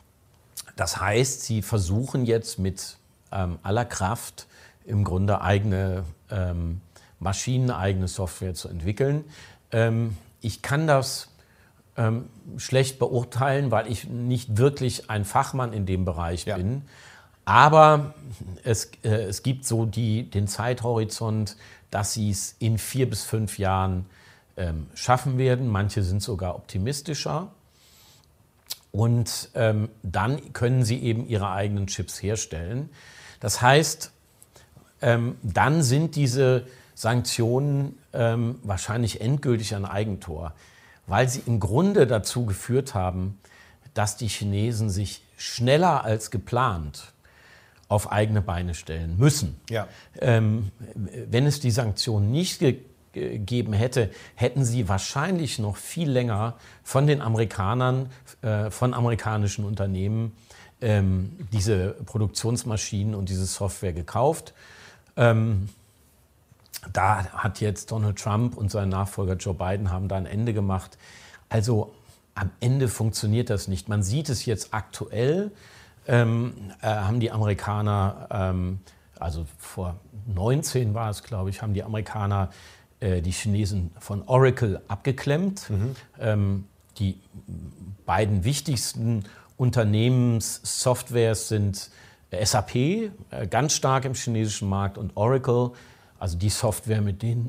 Das heißt, sie versuchen jetzt mit ähm, aller Kraft im Grunde eigene ähm, Maschinen, eigene Software zu entwickeln. Ähm, ich kann das ähm, schlecht beurteilen, weil ich nicht wirklich ein Fachmann in dem Bereich ja. bin. Aber es, äh, es gibt so die, den Zeithorizont, dass sie es in vier bis fünf Jahren ähm, schaffen werden. Manche sind sogar optimistischer. Und ähm, dann können sie eben ihre eigenen Chips herstellen. Das heißt, ähm, dann sind diese Sanktionen ähm, wahrscheinlich endgültig ein Eigentor, weil sie im Grunde dazu geführt haben, dass die Chinesen sich schneller als geplant auf eigene Beine stellen müssen. Ja. Ähm, wenn es die Sanktionen nicht ge gegeben hätte, hätten sie wahrscheinlich noch viel länger von den Amerikanern, äh, von amerikanischen Unternehmen ähm, diese Produktionsmaschinen und diese Software gekauft. Ähm, da hat jetzt Donald Trump und sein Nachfolger Joe Biden haben da ein Ende gemacht. Also am Ende funktioniert das nicht. Man sieht es jetzt aktuell, ähm, äh, haben die Amerikaner, ähm, also vor neunzehn war es, glaube ich, haben die Amerikaner äh, die Chinesen von Oracle abgeklemmt. Mhm. Ähm, die beiden wichtigsten Unternehmenssoftwares sind S A P, äh, ganz stark im chinesischen Markt, und Oracle, also die Software, mit denen,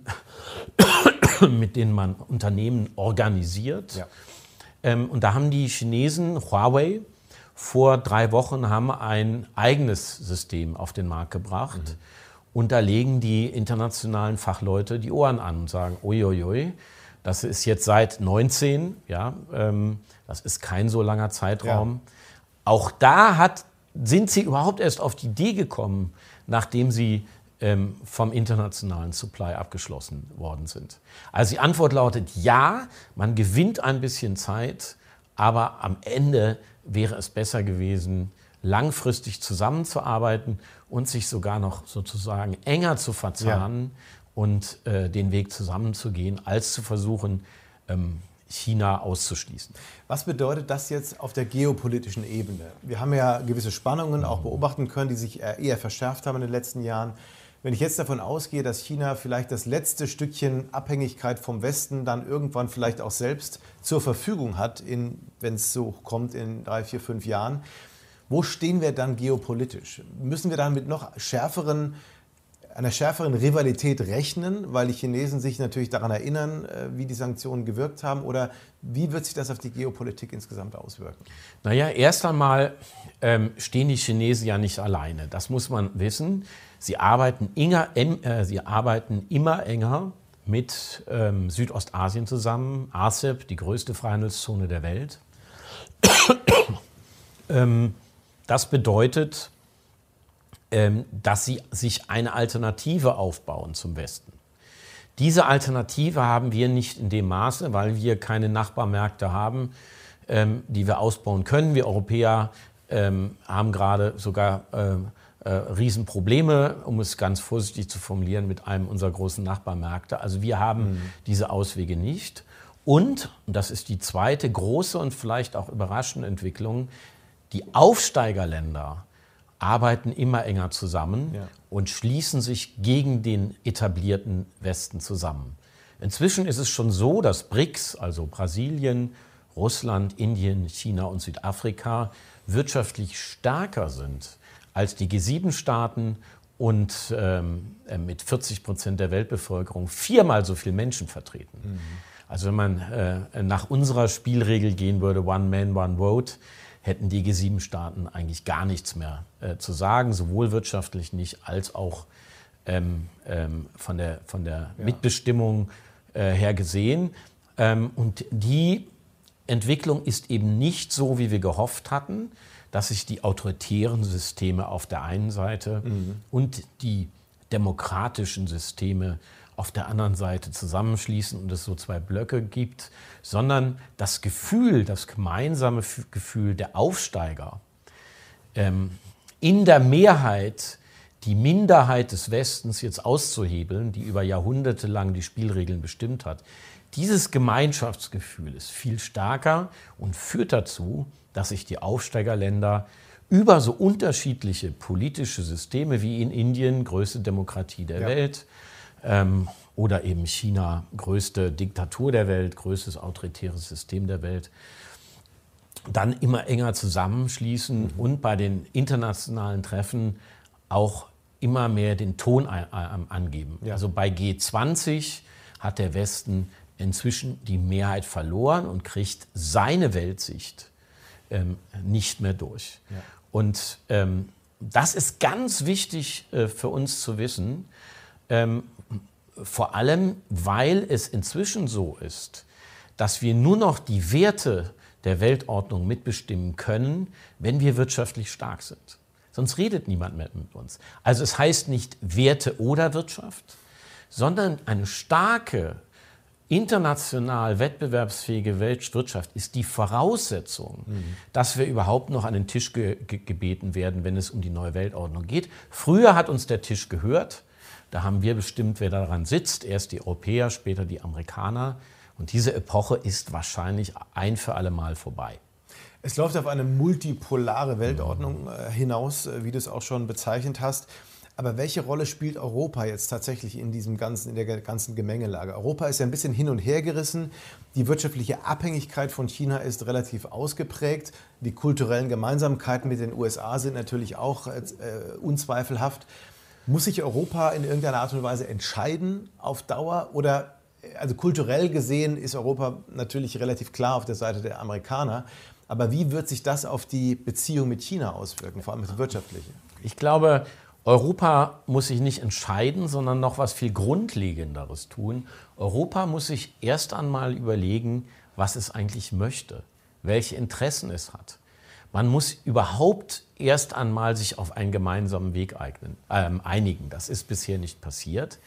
mit denen man Unternehmen organisiert. Ja. Ähm, und da haben die Chinesen, Huawei, vor drei Wochen haben ein eigenes System auf den Markt gebracht. Mhm. Und da legen die internationalen Fachleute die Ohren an und sagen, uiuiui, das ist jetzt seit neunzehn, ja, ähm, das ist kein so langer Zeitraum. Ja. Auch da hat, sind sie überhaupt erst auf die Idee gekommen, nachdem sie ähm, vom internationalen Supply abgeschlossen worden sind. Also die Antwort lautet ja, man gewinnt ein bisschen Zeit, aber am Ende wäre es besser gewesen, langfristig zusammenzuarbeiten und sich sogar noch sozusagen enger zu verzahnen, ja, und äh, den Weg zusammenzugehen, als zu versuchen, ähm, China auszuschließen. Was bedeutet das jetzt auf der geopolitischen Ebene? Wir haben ja gewisse Spannungen auch beobachten können, die sich eher verschärft haben in den letzten Jahren. Wenn ich jetzt davon ausgehe, dass China vielleicht das letzte Stückchen Abhängigkeit vom Westen dann irgendwann vielleicht auch selbst zur Verfügung hat, wenn es so kommt in drei, vier, fünf Jahren, wo stehen wir dann geopolitisch? Müssen wir dann mit noch schärferen, einer schärferen Rivalität rechnen, weil die Chinesen sich natürlich daran erinnern, wie die Sanktionen gewirkt haben? Oder wie wird sich das auf die Geopolitik insgesamt auswirken? Naja, erst einmal ähm, stehen die Chinesen ja nicht alleine. Das muss man wissen. Sie arbeiten, enger, äh, sie arbeiten immer enger mit ähm, Südostasien zusammen. A S E P, die größte Freihandelszone der Welt. ähm, das bedeutet, ähm, dass sie sich eine Alternative aufbauen zum Westen. Diese Alternative haben wir nicht in dem Maße, weil wir keine Nachbarmärkte haben, ähm, die wir ausbauen können. Wir Europäer ähm, haben gerade sogar ähm, äh, Riesenprobleme, um es ganz vorsichtig zu formulieren, mit einem unserer großen Nachbarmärkte. Also wir haben mhm. diese Auswege nicht. Und, und das ist die zweite große und vielleicht auch überraschende Entwicklung, die Aufsteigerländer arbeiten immer enger zusammen, ja, und schließen sich gegen den etablierten Westen zusammen. Inzwischen ist es schon so, dass B R I C S, also Brasilien, Russland, Indien, China und Südafrika, wirtschaftlich stärker sind als die G sieben Staaten und ähm, mit vierzig Prozent der Weltbevölkerung viermal so viele Menschen vertreten. Mhm. Also wenn man äh, nach unserer Spielregel gehen würde, One Man, One Vote, hätten die G sieben Staaten eigentlich gar nichts mehr äh, zu sagen, sowohl wirtschaftlich nicht als auch ähm, ähm, von der, von der ja. Mitbestimmung äh, her gesehen. Ähm, und die Entwicklung ist eben nicht so, wie wir gehofft hatten, dass sich die autoritären Systeme auf der einen Seite mhm. und die demokratischen Systeme auf der anderen Seite zusammenschließen und es so zwei Blöcke gibt, sondern das Gefühl, das gemeinsame Gefühl der Aufsteiger, ähm, in der Mehrheit die Minderheit des Westens jetzt auszuhebeln, die über Jahrhunderte lang die Spielregeln bestimmt hat, dieses Gemeinschaftsgefühl ist viel stärker und führt dazu, dass sich die Aufsteigerländer über so unterschiedliche politische Systeme wie in Indien, größte Demokratie der ja. Welt, ähm, oder eben China, größte Diktatur der Welt, größtes autoritäres System der Welt, dann immer enger zusammenschließen mhm. und bei den internationalen Treffen auch immer mehr den Ton ein, ein, angeben. Ja. Also bei G zwanzig hat der Westen inzwischen die Mehrheit verloren und kriegt seine Weltsicht ähm, nicht mehr durch. Ja. Und ähm, das ist ganz wichtig äh, für uns zu wissen, ähm, vor allem, weil es inzwischen so ist, dass wir nur noch die Werte der Weltordnung mitbestimmen können, wenn wir wirtschaftlich stark sind. sonst redet niemand mehr mit uns. Also es heißt nicht Werte oder Wirtschaft, sondern eine starke, international wettbewerbsfähige Wirtschaft ist die Voraussetzung, mhm. dass wir überhaupt noch an den Tisch ge ge gebeten werden, wenn es um die neue Weltordnung geht. Früher hat uns der Tisch gehört, da haben wir bestimmt, wer daran sitzt, erst die Europäer, später die Amerikaner. Und diese Epoche ist wahrscheinlich ein für alle Mal vorbei. Es läuft auf eine multipolare Weltordnung äh, hinaus, äh, wie du es auch schon bezeichnet hast. Aber welche Rolle spielt Europa jetzt tatsächlich in diesem ganzen, in der ganzen Gemengelage? Europa ist ja ein bisschen hin und her gerissen. Die wirtschaftliche Abhängigkeit von China ist relativ ausgeprägt. Die kulturellen Gemeinsamkeiten mit den U S A sind natürlich auch äh, unzweifelhaft. Muss sich Europa in irgendeiner Art und Weise entscheiden auf Dauer? Oder, also kulturell gesehen ist Europa natürlich relativ klar auf der Seite der Amerikaner. Aber wie wird sich das auf die Beziehung mit China auswirken, vor allem das Wirtschaftliche? Ich glaube, Europa muss sich nicht entscheiden, sondern noch was viel Grundlegenderes tun. Europa muss sich erst einmal überlegen, was es eigentlich möchte, welche Interessen es hat. Man muss überhaupt erst einmal sich auf einen gemeinsamen Weg eignen, äh, einigen. Das ist bisher nicht passiert.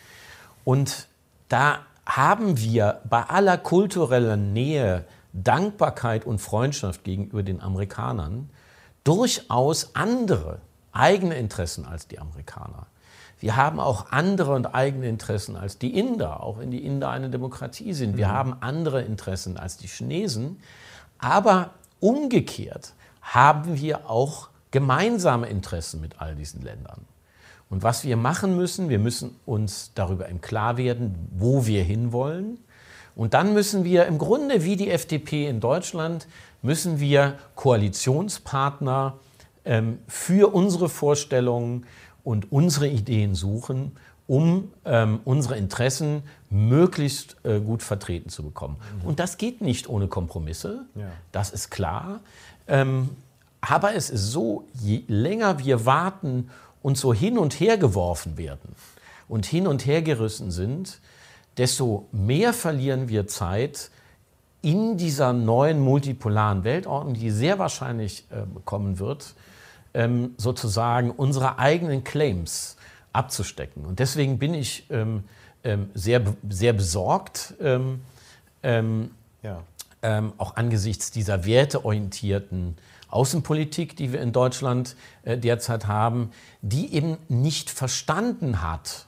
Und da haben wir bei aller kulturellen Nähe, Dankbarkeit und Freundschaft gegenüber den Amerikanern durchaus andere eigene Interessen als die Amerikaner. Wir haben auch andere und eigene Interessen als die Inder, auch wenn die Inder eine Demokratie sind. Wir mhm. haben andere Interessen als die Chinesen. Aber umgekehrt haben wir auch gemeinsame Interessen mit all diesen Ländern. Und was wir machen müssen, wir müssen uns darüber im Klaren werden, wo wir hinwollen. Und dann müssen wir im Grunde, wie die F D P in Deutschland, müssen wir Koalitionspartner ähm, für unsere Vorstellungen und unsere Ideen suchen, um ähm, unsere Interessen möglichst äh, gut vertreten zu bekommen. Mhm. Und das geht nicht ohne Kompromisse, ja. Das ist klar. Ähm, aber es ist so, je länger wir warten und so hin und her geworfen werden und hin und her gerissen sind, desto mehr verlieren wir Zeit in dieser neuen multipolaren Weltordnung, die sehr wahrscheinlich äh, kommen wird, ähm, sozusagen unsere eigenen Claims abzustecken. Und deswegen bin ich ähm, ähm, sehr, sehr besorgt, ähm, ähm, ja. ähm, auch angesichts dieser werteorientierten Außenpolitik, die wir in Deutschland äh, derzeit haben, die eben nicht verstanden hat,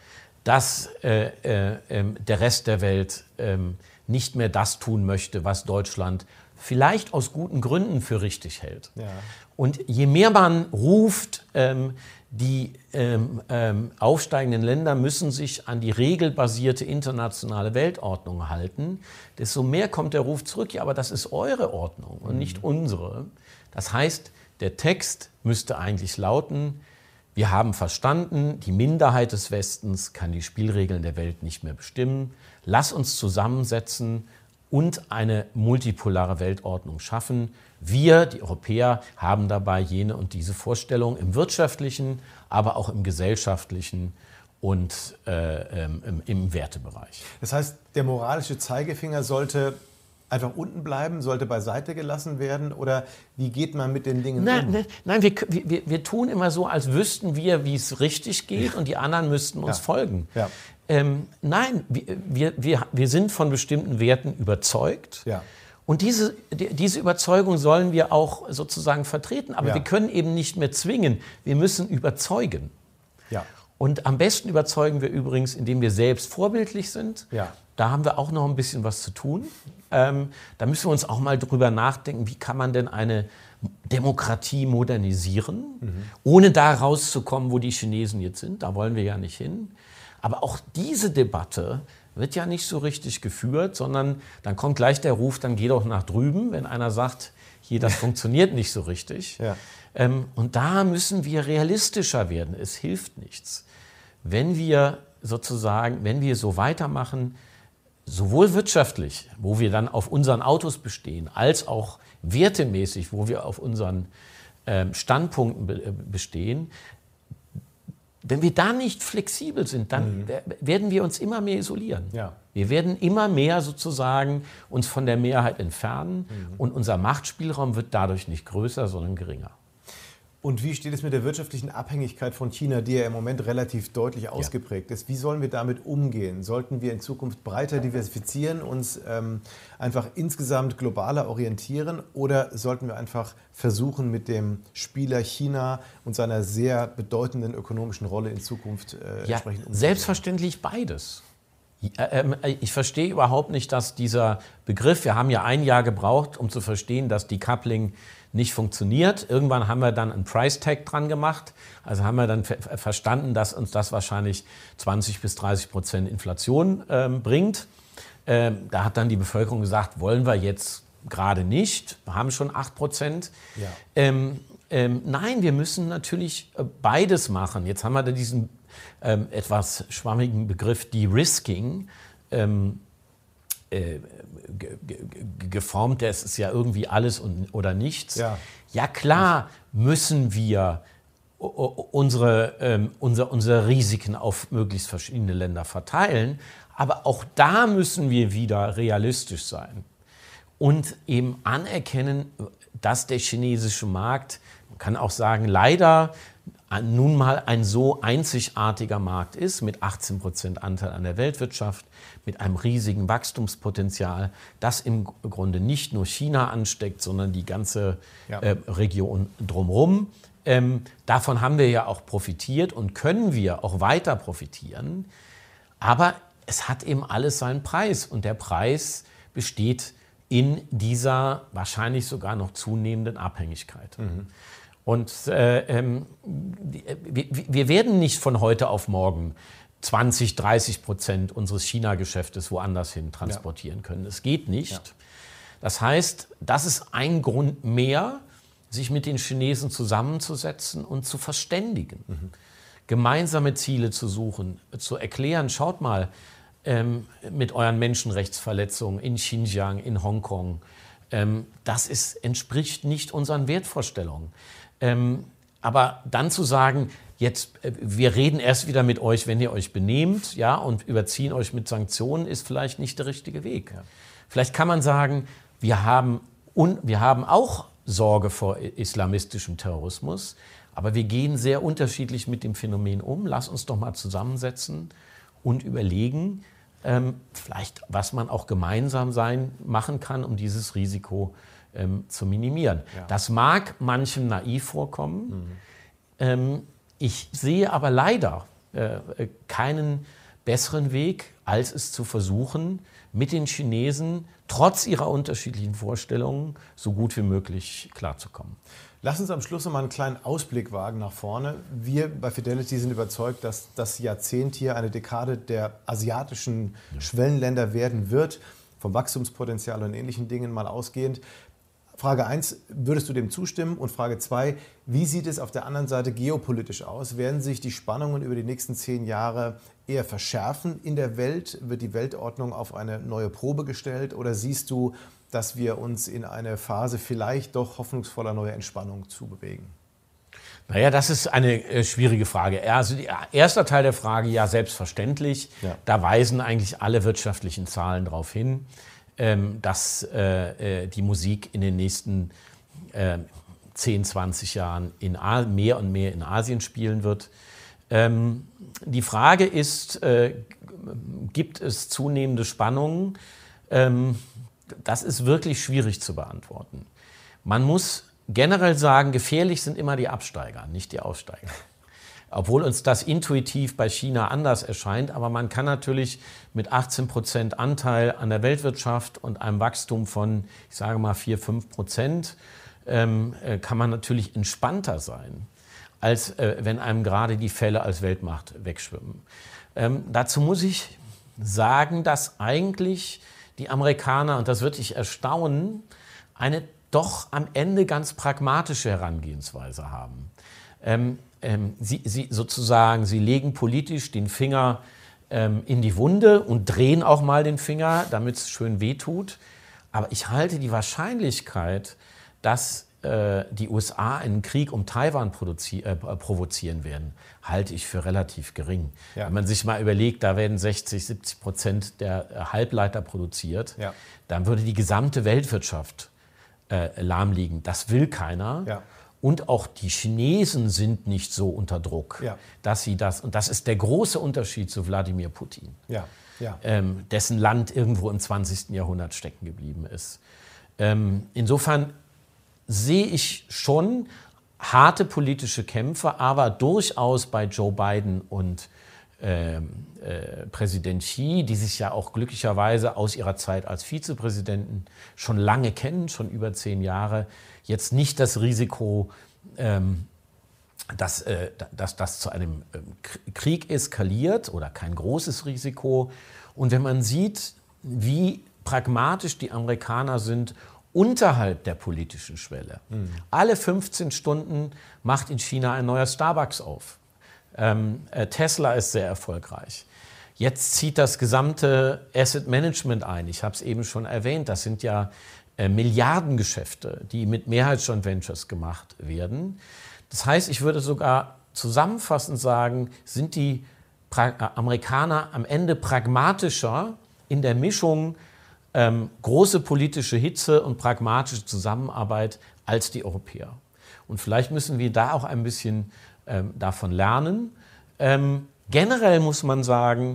dass äh, äh, äh, der Rest der Welt äh, nicht mehr das tun möchte, was Deutschland vielleicht aus guten Gründen für richtig hält. Ja. Und je mehr man ruft, ähm, die ähm, ähm, aufsteigenden Länder müssen sich an die regelbasierte internationale Weltordnung halten, desto mehr kommt der Ruf zurück, ja, aber das ist eure Ordnung und mhm. nicht unsere. Das heißt, der Text müsste eigentlich lauten: Wir haben verstanden, die Minderheit des Westens kann die Spielregeln der Welt nicht mehr bestimmen. Lass uns zusammensetzen und eine multipolare Weltordnung schaffen. Wir, die Europäer, haben dabei jene und diese Vorstellung im wirtschaftlichen, aber auch im gesellschaftlichen und äh, im, im Wertebereich. Das heißt, der moralische Zeigefinger sollte einfach unten bleiben, sollte beiseite gelassen werden? Oder wie geht man mit den Dingen nein, um? Nein, nein wir, wir, wir tun immer so, als wüssten wir, wie es richtig geht, ja. Und die anderen müssten uns ja. folgen. Ja. Ähm, nein, wir, wir, wir sind von bestimmten Werten überzeugt. Ja. Und diese, die, diese Überzeugung sollen wir auch sozusagen vertreten. Aber ja. wir können eben nicht mehr zwingen. Wir müssen überzeugen. Ja. Und am besten überzeugen wir übrigens, indem wir selbst vorbildlich sind. Ja. Da haben wir auch noch ein bisschen was zu tun. Ähm, da müssen wir uns auch mal drüber nachdenken, wie kann man denn eine Demokratie modernisieren, mhm. ohne da rauszukommen, wo die Chinesen jetzt sind. Da wollen wir ja nicht hin. Aber auch diese Debatte wird ja nicht so richtig geführt, sondern dann kommt gleich der Ruf, dann geh doch nach drüben, wenn einer sagt, hier, das funktioniert nicht so richtig. Ja. Ähm, und da müssen wir realistischer werden. Es hilft nichts. Wenn wir sozusagen, wenn wir so weitermachen, sowohl wirtschaftlich, wo wir dann auf unseren Autos bestehen, als auch wertemäßig, wo wir auf unseren ähm, Standpunkten be- bestehen, wenn wir da nicht flexibel sind, dann mhm. werden wir uns immer mehr isolieren. Ja. Wir werden immer mehr sozusagen uns von der Mehrheit entfernen mhm. und unser Machtspielraum wird dadurch nicht größer, sondern geringer. Und wie steht es mit der wirtschaftlichen Abhängigkeit von China, die ja im Moment relativ deutlich ausgeprägt ja. ist? Wie sollen wir damit umgehen? Sollten wir in Zukunft breiter diversifizieren, uns ähm, einfach insgesamt globaler orientieren oder sollten wir einfach versuchen, mit dem Spieler China und seiner sehr bedeutenden ökonomischen Rolle in Zukunft äh, ja, entsprechend umzugehen? Selbstverständlich beides. Ich verstehe überhaupt nicht, dass dieser Begriff, wir haben ja ein Jahr gebraucht, um zu verstehen, dass Decoupling nicht funktioniert. Irgendwann haben wir dann ein Price Tag dran gemacht. Also haben wir dann ver- verstanden, dass uns das wahrscheinlich zwanzig bis dreißig Prozent Inflation ähm, bringt. Ähm, da hat dann die Bevölkerung gesagt, wollen wir jetzt gerade nicht. Wir haben schon acht Prozent. Ja. Ähm, ähm, nein, wir müssen natürlich beides machen. Jetzt haben wir da diesen ähm, etwas schwammigen Begriff De-Risking ähm, äh, ge- ge- geformt. Das ist ja irgendwie alles und, oder nichts. Ja. Ja klar müssen wir unsere, ähm, unser, unsere Risiken auf möglichst verschiedene Länder verteilen. Aber auch da müssen wir wieder realistisch sein und eben anerkennen, dass der chinesische Markt, man kann auch sagen, leider nun mal ein so einzigartiger Markt ist, mit achtzehn Prozent Anteil an der Weltwirtschaft, mit einem riesigen Wachstumspotenzial, das im Grunde nicht nur China ansteckt, sondern die ganze ja. äh, Region drumherum. Ähm, davon haben wir ja auch profitiert und können wir auch weiter profitieren. Aber es hat eben alles seinen Preis und der Preis besteht in dieser wahrscheinlich sogar noch zunehmenden Abhängigkeit. Mhm. Und äh, ähm, wir, wir werden nicht von heute auf morgen zwanzig, dreißig Prozent unseres China-Geschäftes woanders hin transportieren ja. können. Es geht nicht. Ja. Das heißt, das ist ein Grund mehr, sich mit den Chinesen zusammenzusetzen und zu verständigen. Mhm. Gemeinsame Ziele zu suchen, zu erklären, schaut mal, ähm, mit euren Menschenrechtsverletzungen in Xinjiang, in Hongkong, ähm, das ist, entspricht nicht unseren Wertvorstellungen. Ähm, aber dann zu sagen, jetzt, äh, wir reden erst wieder mit euch, wenn ihr euch benehmt, ja, und überziehen euch mit Sanktionen, ist vielleicht nicht der richtige Weg. Ja. Vielleicht kann man sagen, wir haben, un, wir haben auch Sorge vor islamistischem Terrorismus, aber wir gehen sehr unterschiedlich mit dem Phänomen um. Lass uns doch mal zusammensetzen und überlegen, ähm, vielleicht, was man auch gemeinsam sein machen kann, um dieses Risiko ähm, zu minimieren. Ja. Das mag manchem naiv vorkommen. Mhm. Ähm, ich sehe aber leider äh, keinen besseren Weg, als es zu versuchen, mit den Chinesen trotz ihrer unterschiedlichen Vorstellungen so gut wie möglich klarzukommen. Lass uns am Schluss noch mal einen kleinen Ausblick wagen nach vorne. Wir bei Fidelity sind überzeugt, dass das Jahrzehnt hier eine Dekade der asiatischen ja. Schwellenländer werden wird, vom Wachstumspotenzial und ähnlichen Dingen mal ausgehend. Frage eins, würdest du dem zustimmen? Und Frage zwei, wie sieht es auf der anderen Seite geopolitisch aus? Werden sich die Spannungen über die nächsten zehn Jahre eher verschärfen in der Welt? Wird die Weltordnung auf eine neue Probe gestellt? Oder siehst du, dass wir uns in eine Phase vielleicht doch hoffnungsvoller neuer Entspannung zubewegen? Naja, das ist eine äh, schwierige Frage. Also der erste Teil der Frage, ja, selbstverständlich. Ja. Da weisen eigentlich alle wirtschaftlichen Zahlen darauf hin, ähm, dass äh, die Musik in den nächsten äh, zehn, zwanzig Jahren in A- mehr und mehr in Asien spielen wird. Ähm, die Frage ist, äh, gibt es zunehmende Spannungen? Ähm, Das ist wirklich schwierig zu beantworten. Man muss generell sagen, gefährlich sind immer die Absteiger, nicht die Aufsteiger. Obwohl uns das intuitiv bei China anders erscheint, aber man kann natürlich mit achtzehn Prozent Anteil an der Weltwirtschaft und einem Wachstum von, ich sage mal, vier, fünf Prozent, ähm, kann man natürlich entspannter sein, als äh, wenn einem gerade die Fälle als Weltmacht wegschwimmen. Ähm, dazu muss ich sagen, dass eigentlich die Amerikaner, und das wird dich erstaunen, eine doch am Ende ganz pragmatische Herangehensweise haben. Ähm, ähm, sie, sie sozusagen, sie legen politisch den Finger ähm, in die Wunde und drehen auch mal den Finger, damit es schön wehtut. Aber ich halte die Wahrscheinlichkeit, dass äh, die U S A einen Krieg um Taiwan produzi- äh, provozieren werden, halte ich für relativ gering. Ja. Wenn man sich mal überlegt, da werden sechzig, siebzig Prozent der Halbleiter produziert, ja. dann würde die gesamte Weltwirtschaft äh, lahmliegen. Das will keiner. Ja. Und auch die Chinesen sind nicht so unter Druck, ja. dass sie das, und das ist der große Unterschied zu Wladimir Putin, ja. Ja. Ähm, dessen Land irgendwo im zwanzigsten Jahrhundert stecken geblieben ist. Ähm, insofern sehe ich schon harte politische Kämpfe, aber durchaus bei Joe Biden und äh, äh, Präsident Xi, die sich ja auch glücklicherweise aus ihrer Zeit als Vizepräsidenten schon lange kennen, schon über zehn Jahre, jetzt nicht das Risiko, ähm, dass, äh, dass das zu einem äh, Krieg eskaliert oder kein großes Risiko. Und wenn man sieht, wie pragmatisch die Amerikaner sind unterhalb der politischen Schwelle. Mhm. Alle fünfzehn Stunden macht in China ein neuer Starbucks auf. Ähm, äh, Tesla ist sehr erfolgreich. Jetzt zieht das gesamte Asset Management ein. Ich habe es eben schon erwähnt, das sind ja äh, Milliardengeschäfte, die mit Mehrheitsjoint Ventures gemacht werden. Das heißt, ich würde sogar zusammenfassend sagen, sind die pra- äh, Amerikaner am Ende pragmatischer in der Mischung Ähm, große politische Hitze und pragmatische Zusammenarbeit als die Europäer. Und vielleicht müssen wir da auch ein bisschen ähm, davon lernen. Ähm, generell muss man sagen,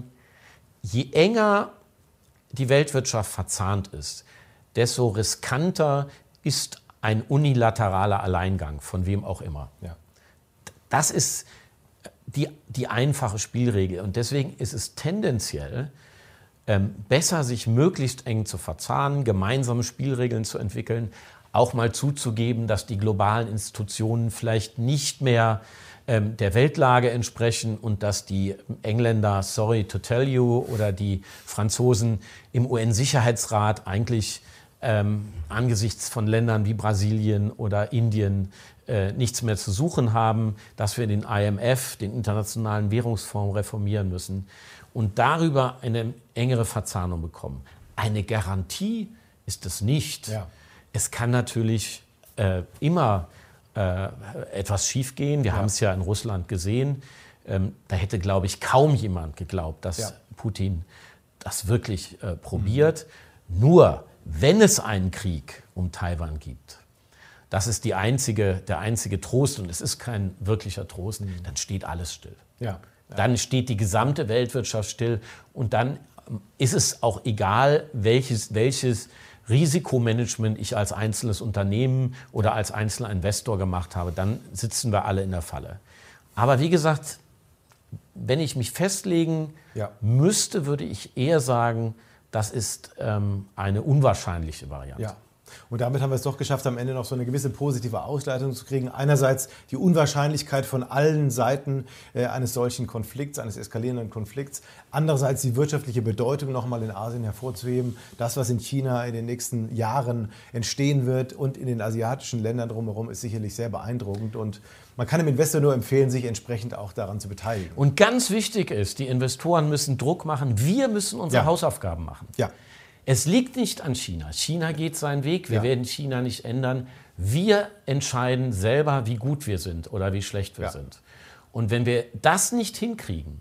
je enger die Weltwirtschaft verzahnt ist, desto riskanter ist ein unilateraler Alleingang, von wem auch immer. Ja. Das ist die, die einfache Spielregel. Und deswegen ist es tendenziell Ähm, besser, sich möglichst eng zu verzahnen, gemeinsame Spielregeln zu entwickeln, auch mal zuzugeben, dass die globalen Institutionen vielleicht nicht mehr ähm, der Weltlage entsprechen und dass die Engländer, sorry to tell you, oder die Franzosen im U N-Sicherheitsrat eigentlich ähm, angesichts von Ländern wie Brasilien oder Indien äh, nichts mehr zu suchen haben, dass wir den I M F, den Internationalen Währungsfonds, reformieren müssen und darüber eine engere Verzahnung bekommen. Eine Garantie ist es nicht. Ja. Es kann natürlich äh, immer äh, etwas schiefgehen. Wir ja. haben es ja in Russland gesehen. Ähm, da hätte, glaube ich, kaum jemand geglaubt, dass ja. Putin das wirklich äh, probiert. Mhm. Nur, wenn es einen Krieg um Taiwan gibt, das ist die einzige, der einzige Trost, und es ist kein wirklicher Trost, mhm. dann steht alles still. Ja. Ja. Dann steht die gesamte Weltwirtschaft still und dann ist es auch egal, welches, welches Risikomanagement ich als einzelnes Unternehmen oder als einzelner Investor gemacht habe. Dann sitzen wir alle in der Falle. Aber wie gesagt, wenn ich mich festlegen ja. müsste, würde ich eher sagen, das ist ähm, eine unwahrscheinliche Variante. Ja. Und damit haben wir es doch geschafft, am Ende noch so eine gewisse positive Ausleitung zu kriegen. Einerseits die Unwahrscheinlichkeit von allen Seiten äh, eines solchen Konflikts, eines eskalierenden Konflikts. Andererseits die wirtschaftliche Bedeutung nochmal in Asien hervorzuheben. Das, was in China in den nächsten Jahren entstehen wird und in den asiatischen Ländern drumherum, ist sicherlich sehr beeindruckend. Und man kann dem Investor nur empfehlen, sich entsprechend auch daran zu beteiligen. Und ganz wichtig ist, die Investoren müssen Druck machen. Wir müssen unsere ja. Hausaufgaben machen. Ja. Es liegt nicht an China. China geht seinen Weg. Wir ja. werden China nicht ändern. Wir entscheiden selber, wie gut wir sind oder wie schlecht wir ja. sind. Und wenn wir das nicht hinkriegen,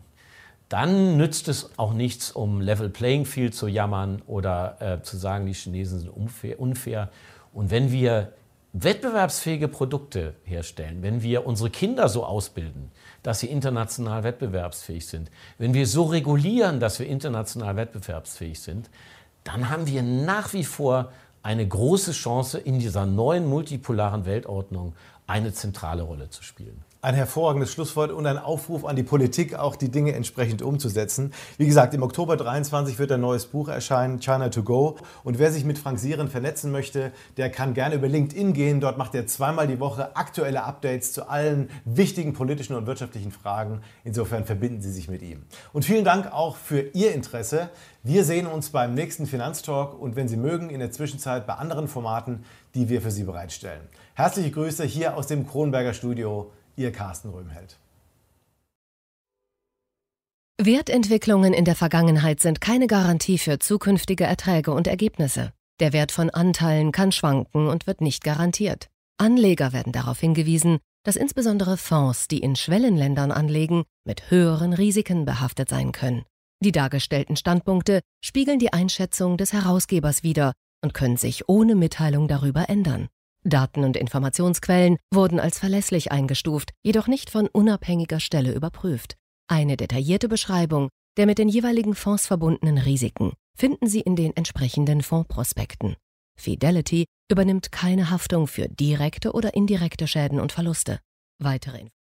dann nützt es auch nichts, um Level Playing Field zu jammern oder äh, zu sagen, die Chinesen sind unfair, unfair. Und wenn wir wettbewerbsfähige Produkte herstellen, wenn wir unsere Kinder so ausbilden, dass sie international wettbewerbsfähig sind, wenn wir so regulieren, dass wir international wettbewerbsfähig sind, dann haben wir nach wie vor eine große Chance, in dieser neuen multipolaren Weltordnung eine zentrale Rolle zu spielen. Ein hervorragendes Schlusswort und ein Aufruf an die Politik, auch die Dinge entsprechend umzusetzen. Wie gesagt, im Oktober dreiundzwanzig wird ein neues Buch erscheinen, China to go. Und wer sich mit Frank Sieren vernetzen möchte, der kann gerne über LinkedIn gehen. Dort macht er zweimal die Woche aktuelle Updates zu allen wichtigen politischen und wirtschaftlichen Fragen. Insofern verbinden Sie sich mit ihm. Und vielen Dank auch für Ihr Interesse. Wir sehen uns beim nächsten Finanztalk und wenn Sie mögen, in der Zwischenzeit bei anderen Formaten, die wir für Sie bereitstellen. Herzliche Grüße hier aus dem Kronberger Studio. Ihr Carsten Röhmheld. Wertentwicklungen in der Vergangenheit sind keine Garantie für zukünftige Erträge und Ergebnisse. Der Wert von Anteilen kann schwanken und wird nicht garantiert. Anleger werden darauf hingewiesen, dass insbesondere Fonds, die in Schwellenländern anlegen, mit höheren Risiken behaftet sein können. Die dargestellten Standpunkte spiegeln die Einschätzung des Herausgebers wider und können sich ohne Mitteilung darüber ändern. Daten und Informationsquellen wurden als verlässlich eingestuft, jedoch nicht von unabhängiger Stelle überprüft. Eine detaillierte Beschreibung der mit den jeweiligen Fonds verbundenen Risiken finden Sie in den entsprechenden Fondsprospekten. Fidelity übernimmt keine Haftung für direkte oder indirekte Schäden und Verluste. Weitere